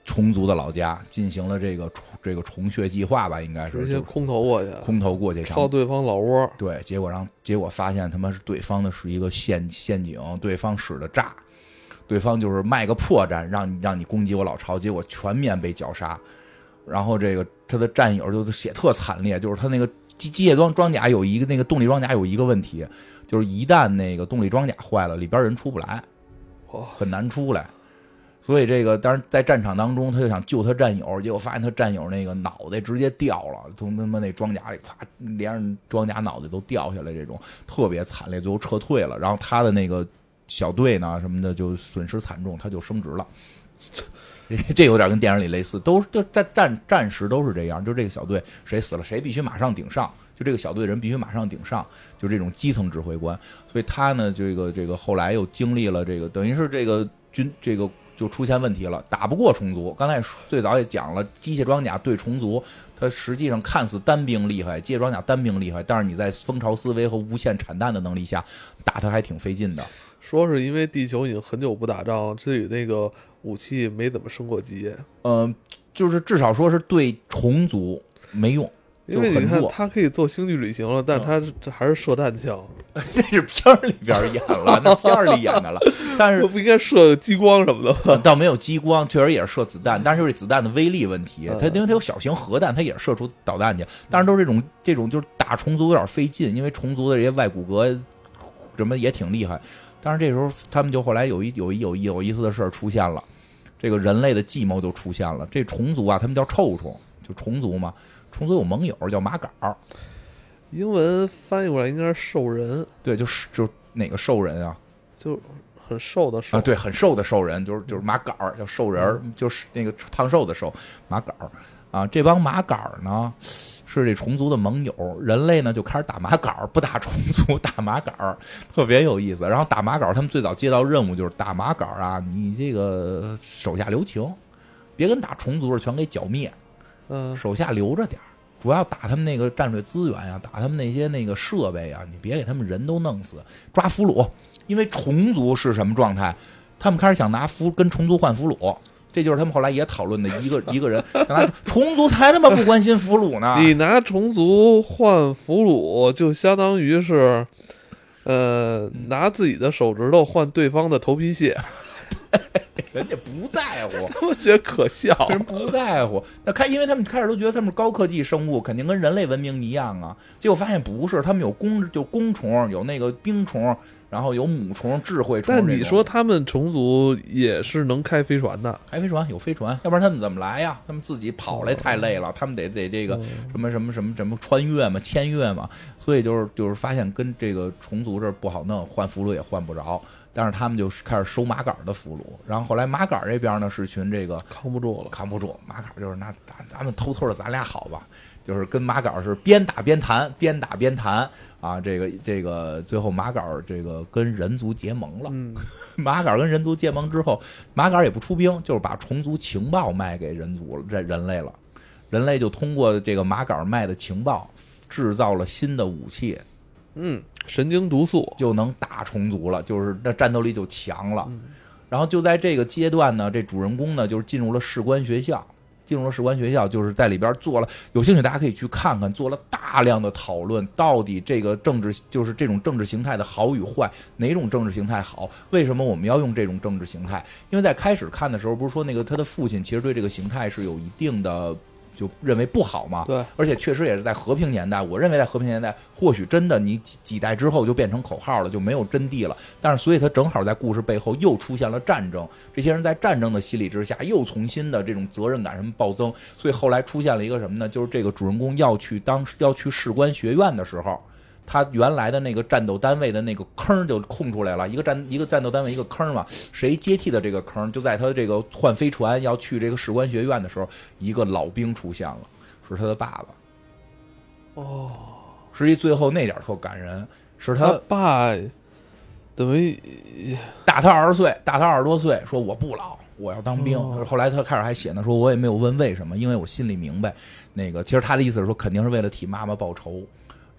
虫族的老家，进行了这个这个虫穴计划吧，应该是直接空投过去， 空投过去， 抄对方老窝。 对，结果让结果发现他妈是对方的是一个陷陷阱，对方使的诈，对方就是卖个破绽，让你让你攻击我老巢，结果全面被绞杀。然后这个他的战友就写特惨烈，就是他那个机机械装装甲有一个那个动力装甲有一个问题，就是一旦那个动力装甲坏了，里边人出不来，很难出来。所以这个当然在战场当中，他就想救他战友，结果发现他战友那个脑袋直接掉了，从他妈那装甲里咵连着装甲脑袋都掉下来，这种特别惨烈，最后撤退了。然后他的那个小队呢什么的就损失惨重，他就升职了。这有点跟电影里类似，都就战战战时都是这样，就这个小队谁死了谁必须马上顶上，就这个小队人必须马上顶上，就这种基层指挥官。所以他呢，这个这个后来又经历了这个，等于是这个军这个就出现问题了，打不过虫族。刚才最早也讲了，机械装甲对虫族，它实际上看似单兵厉害，机械装甲单兵厉害，但是你在蜂巢思维和无限产弹的能力下打它还挺费劲的。 说是因为地球已经很久不打仗，所以那个武器没怎么升过级。 嗯、呃，就是至少说是对虫族没用， 因为你看他可以做星际旅行了，但是他这还是射弹枪。 那是片儿里边演了，那片儿里演的了。但是不应该射激光什么的吗？ 倒没有激光，确实也是射子弹，但是就是子弹的威力问题。它因为它有小型核弹，它也射出导弹去。但是都是这种这种就是打虫族有点费劲，因为虫族的这些外骨骼什么也挺厉害。但是这时候他们就后来有一有一有一有意思的事儿出现了，这个人类的计谋就出现了。这虫族啊，他们叫臭虫，就虫族嘛。虫族有盟友叫马杆儿， 英文翻译过来应该是兽人。 对，就是就哪个兽人啊？ 就很瘦的瘦啊，对，很瘦的兽人，就是就是马杆儿，叫兽人、嗯，就是那个胖瘦的瘦马杆儿啊。这帮马杆儿呢是这虫族的盟友，人类呢就开始打马杆儿，不打虫族，打马杆儿，特别有意思。然后打马杆儿，他们最早接到任务就是打马杆儿啊，你这个手下留情，别跟打虫族似的全给剿灭。 嗯， 手下留着点，主要打他们那个战略资源呀，打他们那些那个设备啊，你别给他们人都弄死，抓俘虏。因为虫族是什么状态？他们开始想拿俘跟虫族换俘虏，这就是他们后来也讨论的一个一个人想拿虫族才他妈不关心俘虏呢。 你拿虫族换俘虏，就相当于是，呃，拿自己的手指头换对方的头皮屑。 人家不在乎， 我觉得可笑。 人不在乎，那开，因为他们开始都觉得他们是高科技生物，肯定跟人类文明一样啊。结果发现不是，他们有公就公虫，有那个冰虫，然后有母虫、智慧虫。 但你说他们虫族也是能开飞船的， 开飞船有飞船，要不然他们怎么来呀？他们自己跑来太累了，哦、他们得得这个什么什么什么什么穿越嘛、签约嘛，所以就是就是发现跟这个虫族这不好弄，换俘虏也换不着。但是他们就开始收马杆的俘虏，然后后来马杆这边呢是群这个扛不住了， 扛不住。马杆就是那咱咱们偷偷的咱俩好吧，就是跟马杆是边打边谈，边打边谈啊。这个这个最后马杆这个跟人族结盟了。 嗯， 马杆跟人族结盟之后，马杆也不出兵，就是把虫族情报卖给人族了，这人类了。人类就通过这个马杆卖的情报，制造了新的武器。 嗯，神经毒素就能打虫族了，就是那战斗力就强了。嗯、然后就在这个阶段呢，这主人公呢就是进入了士官学校，进入了士官学校，就是在里边做了，有兴趣大家可以去看看，做了大量的讨论，到底这个政治就是这种政治形态的好与坏，哪种政治形态好？为什么我们要用这种政治形态？因为在开始看的时候，不是说那个他的父亲其实对这个形态是有一定的。就认为不好嘛， 对， 而且确实也是在和平年代，我认为在和平年代，或许真的你几几代之后就变成口号了，就没有真谛了。但是，所以他正好在故事背后又出现了战争，这些人在战争的洗礼之下，又重新的这种责任感什么暴增，所以后来出现了一个什么呢？就是这个主人公要去当要去士官学院的时候。他原来的那个战斗单位的那个坑就空出来了，一个战一个战斗单位一个坑嘛，谁接替的这个坑？就在他这个换飞船要去这个士官学院的时候，一个老兵出现了，是他的爸爸。 哦， 实际最后那点特感人，是他, 他爸等于大他二十岁，大他二十多岁，说我不老，我要当兵。哦、后来他开始还写呢，说我也没有问为什么，因为我心里明白，那个其实他的意思是说，肯定是为了替妈妈报仇。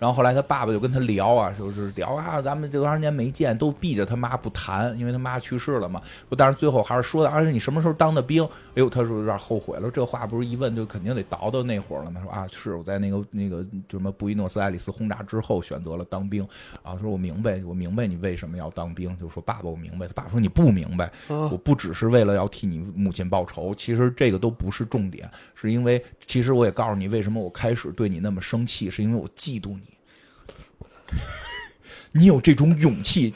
然后后来他爸爸就跟他聊啊，就是聊啊，咱们这多长时间没见，都避着他妈不谈，因为他妈去世了嘛。说但是最后还是说的，而且你什么时候当的兵？哎呦，他说有点后悔了。这话不是一问就肯定得倒到那会儿了吗？说啊，是我在那个那个什么布宜诺斯艾利斯轰炸之后选择了当兵啊。说我明白，我明白你为什么要当兵。就说爸爸，我明白。他爸爸说你不明白，我不只是为了要替你母亲报仇，其实这个都不是重点，是因为其实我也告诉你为什么我开始对你那么生气，是因为我嫉妒你。你有这种勇气，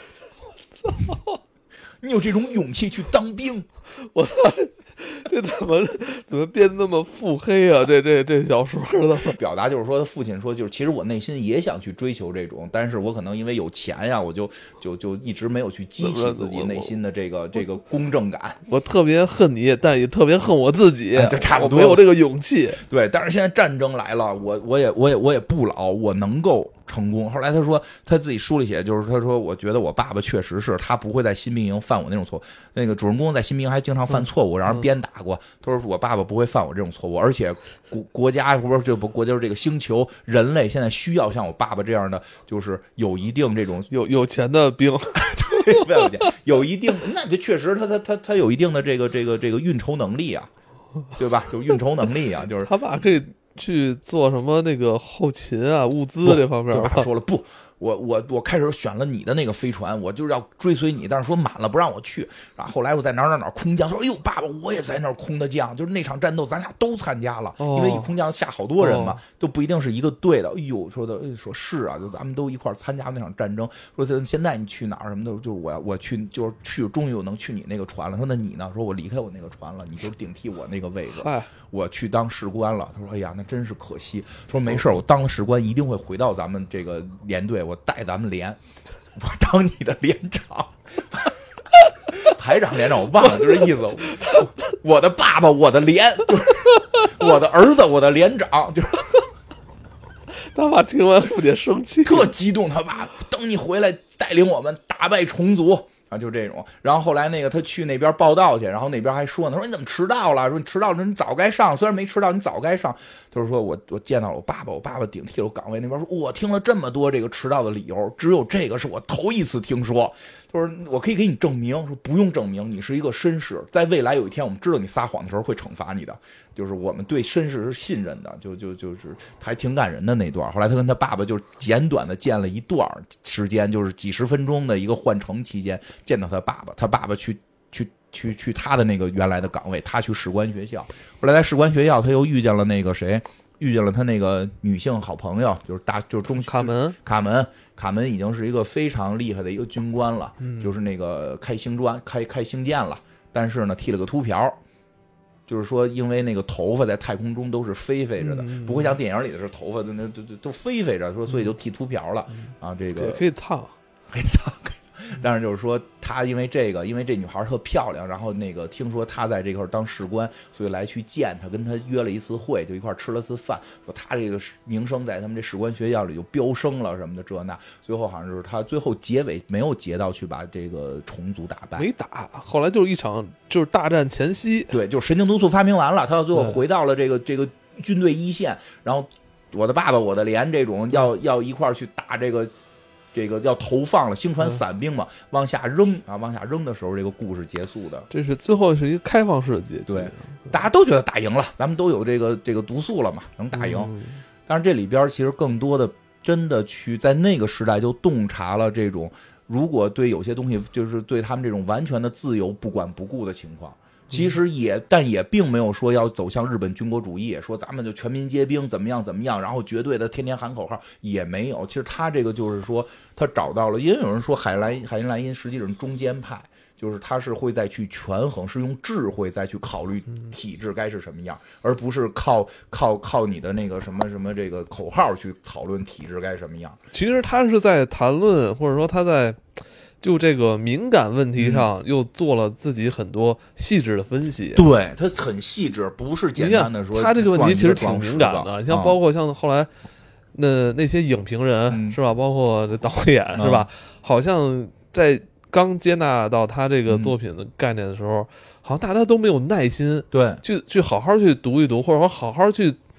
你有这种勇气去当兵， 我操，这这怎么怎么变那么腹黑啊？这这这小说的表达就是说，他父亲说，就是其实我内心也想去追求这种，但是我可能因为有钱呀，我就就就一直没有去激起自己内心的这个这个公正感。 我特别恨你，但也特别恨我自己， 哎、就差不多， 我没有这个勇气。 对，但是现在战争来了，我我也我也我也不老，我能够成功。后来他说他自己书里写，就是他说我觉得我爸爸确实是他不会在新兵营犯我那种错误。那个主人公在新兵营还经常犯错误，让人鞭打过。他说我爸爸不会犯我这种错误，而且国国家或者这不国家这个星球人类现在需要像我爸爸这样的，就是有一定这种有有钱的兵， 对，不要钱，有一定，那就确实他他他他有一定的这个这个这个运筹能力啊，对吧？就运筹能力啊，就是他爸可以去做什么那个后勤啊、物资这方面。 他说了不。我我我开始选了你的那个飞船，我就是要追随你，但是说满了不让我去。然后后来我在哪儿哪儿哪儿空降，说哎呦爸爸，我也在那儿空的降，就是那场战斗咱俩都参加了， 哦、 因为一空降下好多人嘛， 哦、 都不一定是一个队的。哎呦，说的说是啊，就咱们都一块儿参加那场战争。说现在你去哪儿什么的，就是我我去就是去，终于我能去你那个船了。说那你呢？说我离开我那个船了，你就顶替我那个位置，我去当士官了。他说哎呀，那真是可惜。说没事，我当了士官一定会回到咱们这个连队，我带咱们连。我当你的连长，排长连长我忘了，就这意思。我的爸爸，我的连，就是我的儿子，我的连长，就是他爸听完父亲生气， 特激动。他爸等你回来带领我们打败虫族啊，就这种。然后后来那个他去那边报道去，然后那边还说呢，说你怎么迟到了？说你迟到了，你早该上，虽然没迟到，你早该上。他说说我我见到了我爸爸，我爸爸顶替了我岗位。那边说我听了这么多这个迟到的理由，只有这个是我头一次听说。就是我可以给你证明，说不用证明，你是一个绅士，在未来有一天我们知道你撒谎的时候会惩罚你的，就是我们对绅士是信任的，就就就是还挺感人的那段。后来他跟他爸爸就简短的见了一段时间，就是几十分钟的一个换乘期间见到他爸爸，他爸爸去去去去他的那个原来的岗位，他去士官学校。后来在士官学校他又遇见了那个谁，遇见了他那个女性好朋友，就是大就是中卡门卡门卡门已经是一个非常厉害的一个军官了， 嗯、 就是那个开星砖开开星舰了，但是呢剃了个秃瓢，就是说因为那个头发在太空中都是飞飞着的， 嗯、 不会像电影里的是头发那都都都飞飞着，说所以就剃秃瓢了、嗯、啊，这个可以烫， 可以烫。但是就是说他因为这个，因为这女孩特漂亮，然后那个听说他在这块当士官，所以来去见他，跟他约了一次会，就一块吃了次饭，说他这个名声在他们这士官学校里就飙升了什么的这那，最后好像就是他最后结尾没有结到去把这个虫族打败， 没打，后来就是一场就是大战前夕， 对，就神经毒素发明完了，他到最后回到了这个这个军队一线，然后我的爸爸我的连这种要要一块去打这个。这个要投放了星船伞兵嘛，嗯、往下扔啊，往下扔的时候，这个故事结束的。 这是最后是一个开放式的结局。 对，大家都觉得打赢了，咱们都有这个这个毒素了嘛，能打赢。嗯、但是这里边其实更多的真的去在那个时代就洞察了这种，如果对有些东西就是对他们这种完全的自由不管不顾的情况。其实也，但也并没有说要走向日本军国主义，说咱们就全民皆兵怎么样怎么样，然后绝对的天天喊口号也没有。其实他这个就是说，他找到了，因为有人说海莱海因莱因实际是中间派，就是他是会再去权衡，是用智慧再去考虑体制该是什么样，而不是靠靠靠你的那个什么什么这个口号去讨论体制该什么样。 其实他是在谈论，或者说他在。就这个敏感问题上，又做了自己很多细致的分析。 嗯、对，他很细致，不是简单的说。 他这个问题其实挺敏感的。你像包括像后来那那些影评人、嗯、是吧，包括这导演、嗯、是吧，好像在刚接纳到他这个作品的概念的时候，嗯、好像大家都没有耐心， 对， 去去好好去读一读，或者说好好去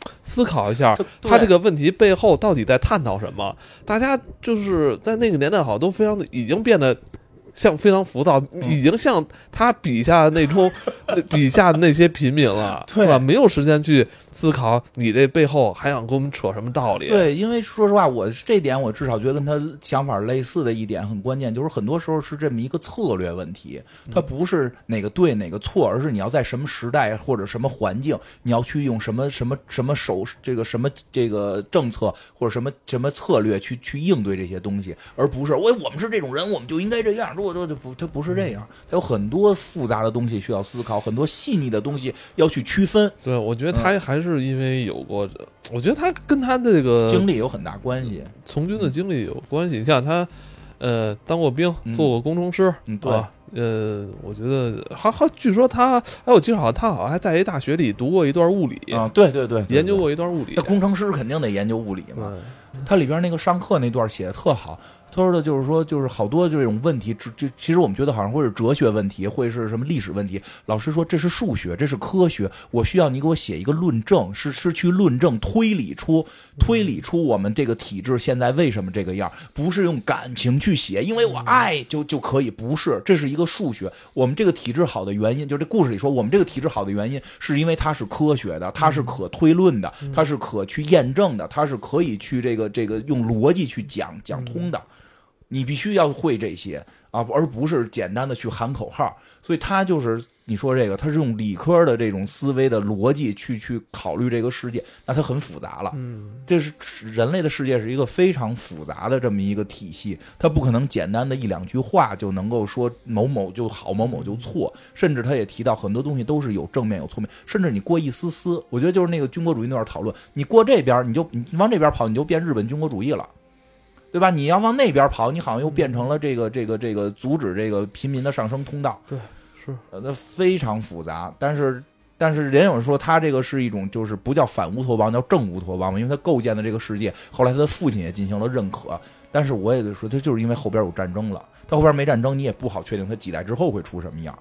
思考一下他这个问题背后到底在探讨什么。大家就是在那个年代好像都非常的已经变得像非常浮躁，已经像他笔下那种笔下的那些平民了，对吧？没有时间去思考你这背后还想跟我们扯什么道理。 对，因为说实话，我这点我至少觉得跟他想法类似的一点很关键，就是很多时候是这么一个策略问题，它不是哪个对哪个错，而是你要在什么时代或者什么环境，你要去用什么什么什么手这个什么这个政策或者什么什么策略去去应对这些东西，而不是我我们是这种人，我们就应该这样。如果说不，它不是这样，它有很多复杂的东西需要思考，很多细腻的东西要去区分。 对，我觉得他还是因为有过，嗯、我觉得他跟他的这个经历有很大关系， 从军的经历有关系。你像他，呃，当过兵，做过工程师， 嗯，对。 啊呃，我觉得还还据说他，哎，我记得好像他好像还在一大学里读过一段物理啊，对对 对, 对, 对， 研究过一段物理。 那工程师肯定得研究物理嘛。他里边那个上课那段写的特好，他说的就是说，就是好多这种问题，就其实我们觉得好像会是哲学问题，会是什么历史问题。老师说这是数学，这是科学，我需要你给我写一个论证，是是去论证推理出推理出我们这个体制现在为什么这个样，不是用感情去写，因为我爱就就可以，不是，这是一个数学。我们这个体制好的原因，就这故事里说，我们这个体制好的原因，是因为它是科学的，它是可推论的，它是可去验证的，它是可以去这个这个用逻辑去讲讲通的。你必须要会这些啊，而不是简单的去喊口号。所以他就是你说这个，他是用理科的这种思维的逻辑去去考虑这个世界，那它很复杂了。 嗯， 这是人类的世界是一个非常复杂的这么一个体系，它不可能简单的一两句话就能够说某某就好，某某就错。甚至他也提到很多东西都是有正面有错面，甚至你过一丝丝，我觉得就是那个军国主义那段讨论，你过这边你就你往这边跑，你就变日本军国主义了。对吧？你要往那边跑，你好像又变成了这个这个这个阻止这个平民的上升通道。 对，是， 呃，那非常复杂。但是，但是人有人说他这个是一种，就是不叫反乌托邦，叫正乌托邦嘛，因为他构建的这个世界，后来他的父亲也进行了认可。但是我也得说，他就是因为后边有战争了，他后边没战争，你也不好确定他几代之后会出什么样。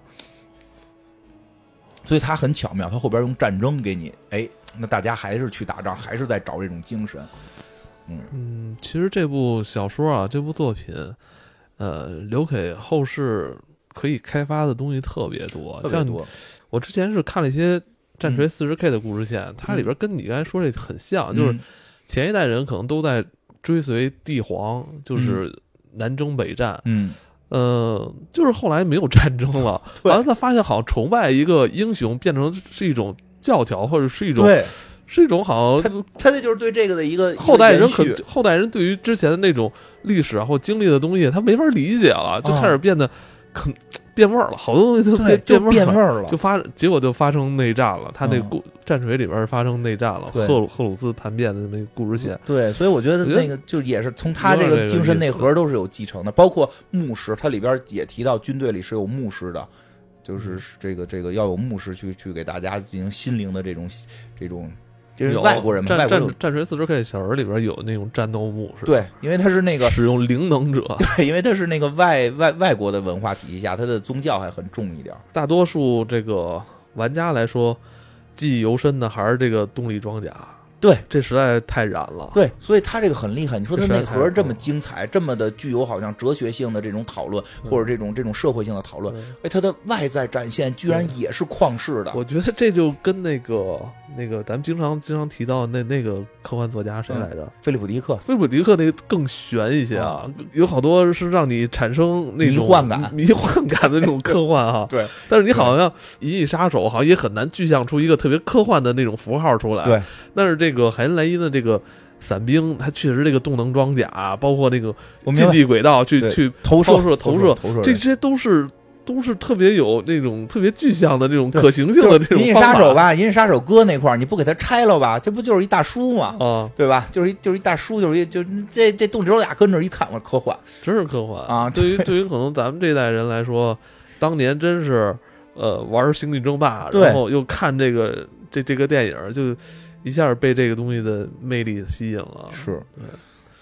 所以他很巧妙，他后边用战争给你，哎，那大家还是去打仗，还是在找这种精神。嗯, 嗯，其实这部小说啊，这部作品，呃，留给后世可以开发的东西特别多。 特别多。 像我之前是看了一些战锤 四十K 的故事线，嗯、它里边跟你刚才说这很像，嗯、就是前一代人可能都在追随帝皇，就是南征北战。 嗯。 呃，就是后来没有战争了，完了他发现好像崇拜一个英雄变成是一种教条，或者是一种。 对。 是一种好像他他这就是对这个的一个后代人很后代人对于之前的那种历史然后经历的东西他没法理解了，就开始变得很变味儿了，好多东西都变就变味儿了， 就发结果就发生内战了。他那故战锤里边发生内战了，赫鲁赫鲁斯叛变的那个故事线。 对，所以我觉得那个就也是从他这个精神内核都是有继承的，包括牧师，他里边也提到军队里是有牧师的，就是这个这个要有牧师去去给大家进行心灵的这种这种。就是外国人嘛， 战战战锤四十 K 小人里边有那种战斗牧师， 对，因为他是那个使用灵能者， 对，因为他是那个外外外国的文化体系下，他的宗教还很重一点。 大多数这个玩家来说，记忆犹深的还是这个动力装甲。 对， 这实在太燃了。 对，所以他这个很厉害。你说他内核这么精彩，这么的具有好像哲学性的这种讨论，或者这种这种社会性的讨论，哎，他的外在展现居然也是旷世的。 我觉得这就跟那个那个咱们经常经常提到那那个科幻作家谁来着？ 嗯、菲利普迪克。 菲利普迪克那个更悬一些啊，嗯、有好多是让你产生那种迷幻感、 迷幻感的那种科幻啊。 对。 但是你好像《银翼杀手》好像也很难具象出一个特别科幻的那种符号出来。 对。 但是这个海因莱因的这个伞兵，它确实这个动能装甲，包括那个近地轨道去去投射投射投射， 投射这些都是都是特别有那种特别具象的那种可行性的这种方法。 银翼杀手吧，银翼杀手哥那块儿，你不给他拆了吧，这不就是一大叔嘛， 啊， 对吧？就是一就是一大叔，就是一就这这动力装甲跟这一看，我科幻， 真是科幻啊！ 对于对于可能咱们这代人来说，当年真是呃玩星际争霸，然后又看这个这这个电影就。一下被这个东西的魅力吸引了， 是， 对，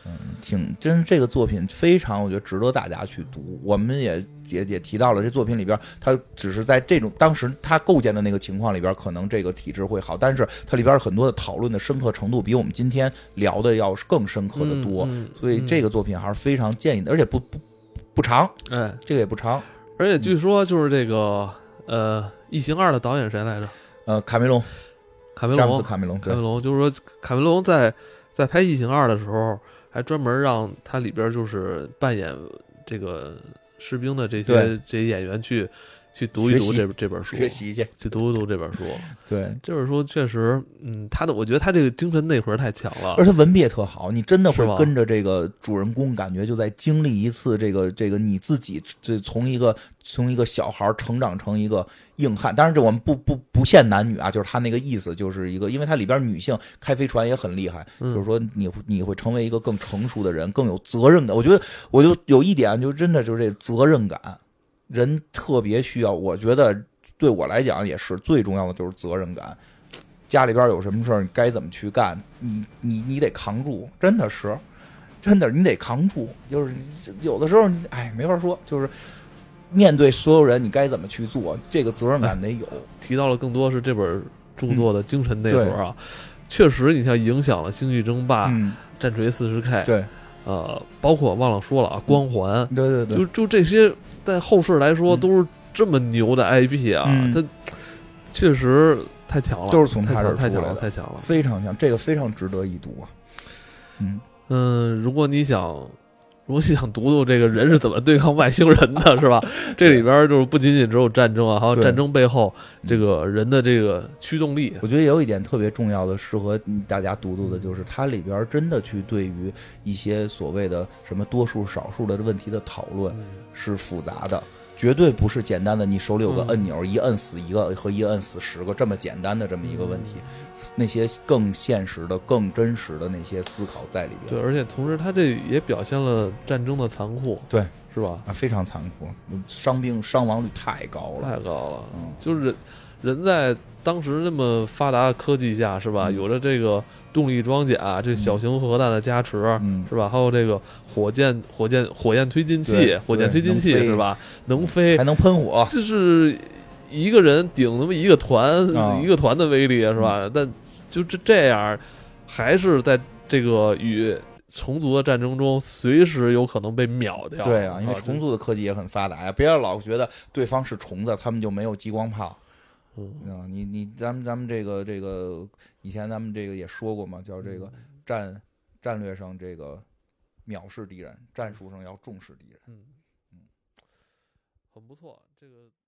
嗯，挺真，这个作品非常，我觉得值得大家去读。我们也也也提到了，这作品里边，它只是在这种当时它构建的那个情况里边，可能这个体制会好，但是它里边很多的讨论的深刻程度，比我们今天聊的要更深刻的多。 嗯嗯、 所以这个作品还是非常建议的，而且不不不长， 哎， 这个也不长。 而且据说就是这个呃，《异形二》的导演谁来着？ 呃，卡梅隆， 卡梅隆， 詹姆斯卡梅隆， 卡梅隆，就是说卡梅隆在在拍《异形二》的时候，还专门让他里边就是扮演这个士兵的这些这些演员去去读一读这这本书， 学习去， 去读一读这本书。 对， 这本书确实，嗯，他的我觉得他这个精神内核太强了， 而且文笔也特好，你真的会跟着这个主人公，感觉就在经历一次这个这个你自己这从一个从一个小孩成长成一个硬汉。当然，这我们不不不限男女啊，就是他那个意思，就是一个，因为它里边女性开飞船也很厉害， 嗯、 就是说你你会成为一个更成熟的人，更有责任感。我觉得我就有一点，就真的就是这责任感。人特别需要，我觉得对我来讲也是最重要的，就是责任感。家里边有什么事儿，你该怎么去干，你你你得扛住，真的是，真的你得扛住。就是有的时候，哎，没法说，就是面对所有人，你该怎么去做，这个责任感得有。 哎、提到了更多是这本著作的精神内核啊，嗯、确实，你像影响了《星际争霸》 嗯、 战锤 四十K， 对， 呃，包括忘了说了啊，光环， 对对对， 就就这些。在后世来说，都是这么牛的 I P 啊， 嗯、 它确实太强了， 都是从他这儿太强了， 出来的， 太强了， 非常强，这个非常值得一读啊。嗯嗯，如果你想，如果你想读读这个人是怎么对抗外星人的，是吧？这里边就是不仅仅只有战争啊，还有战争背后这个人的这个驱动力。 我觉得也有一点特别重要的，适合大家读读的，就是它里边真的去对于一些所谓的什么多数少数的问题的讨论是复杂的，绝对不是简单的你手里有个按钮，一摁死一个和一摁死十个这么简单的这么一个问题，那些更现实的、更真实的那些思考在里边。 对，而且同时它这也表现了战争的残酷， 对， 是吧？ 啊，非常残酷，伤病伤亡率太高了， 太高了。 嗯， 就是人人在当时那么发达的科技下，是吧？ 嗯、 有着这个动力装甲、这小型核弹的加持， 嗯、 是吧？还有这个火箭、火箭、火焰推进器、火箭推进器，是吧？能飞， 还能喷火， 就是一个人顶那么一个团， 哦、 一个团的威力，是吧？ 嗯、 但就这这样，还是在这个与虫族的战争中，随时有可能被秒掉。 对啊，因为虫族的科技也很发达呀，不要老觉得对方是虫子，他们就没有激光炮。 嗯， 你你咱们咱们这个这个以前咱们这个也说过嘛，叫这个战战略上这个藐视敌人，战术上要重视敌人。 嗯嗯，很不错，这个。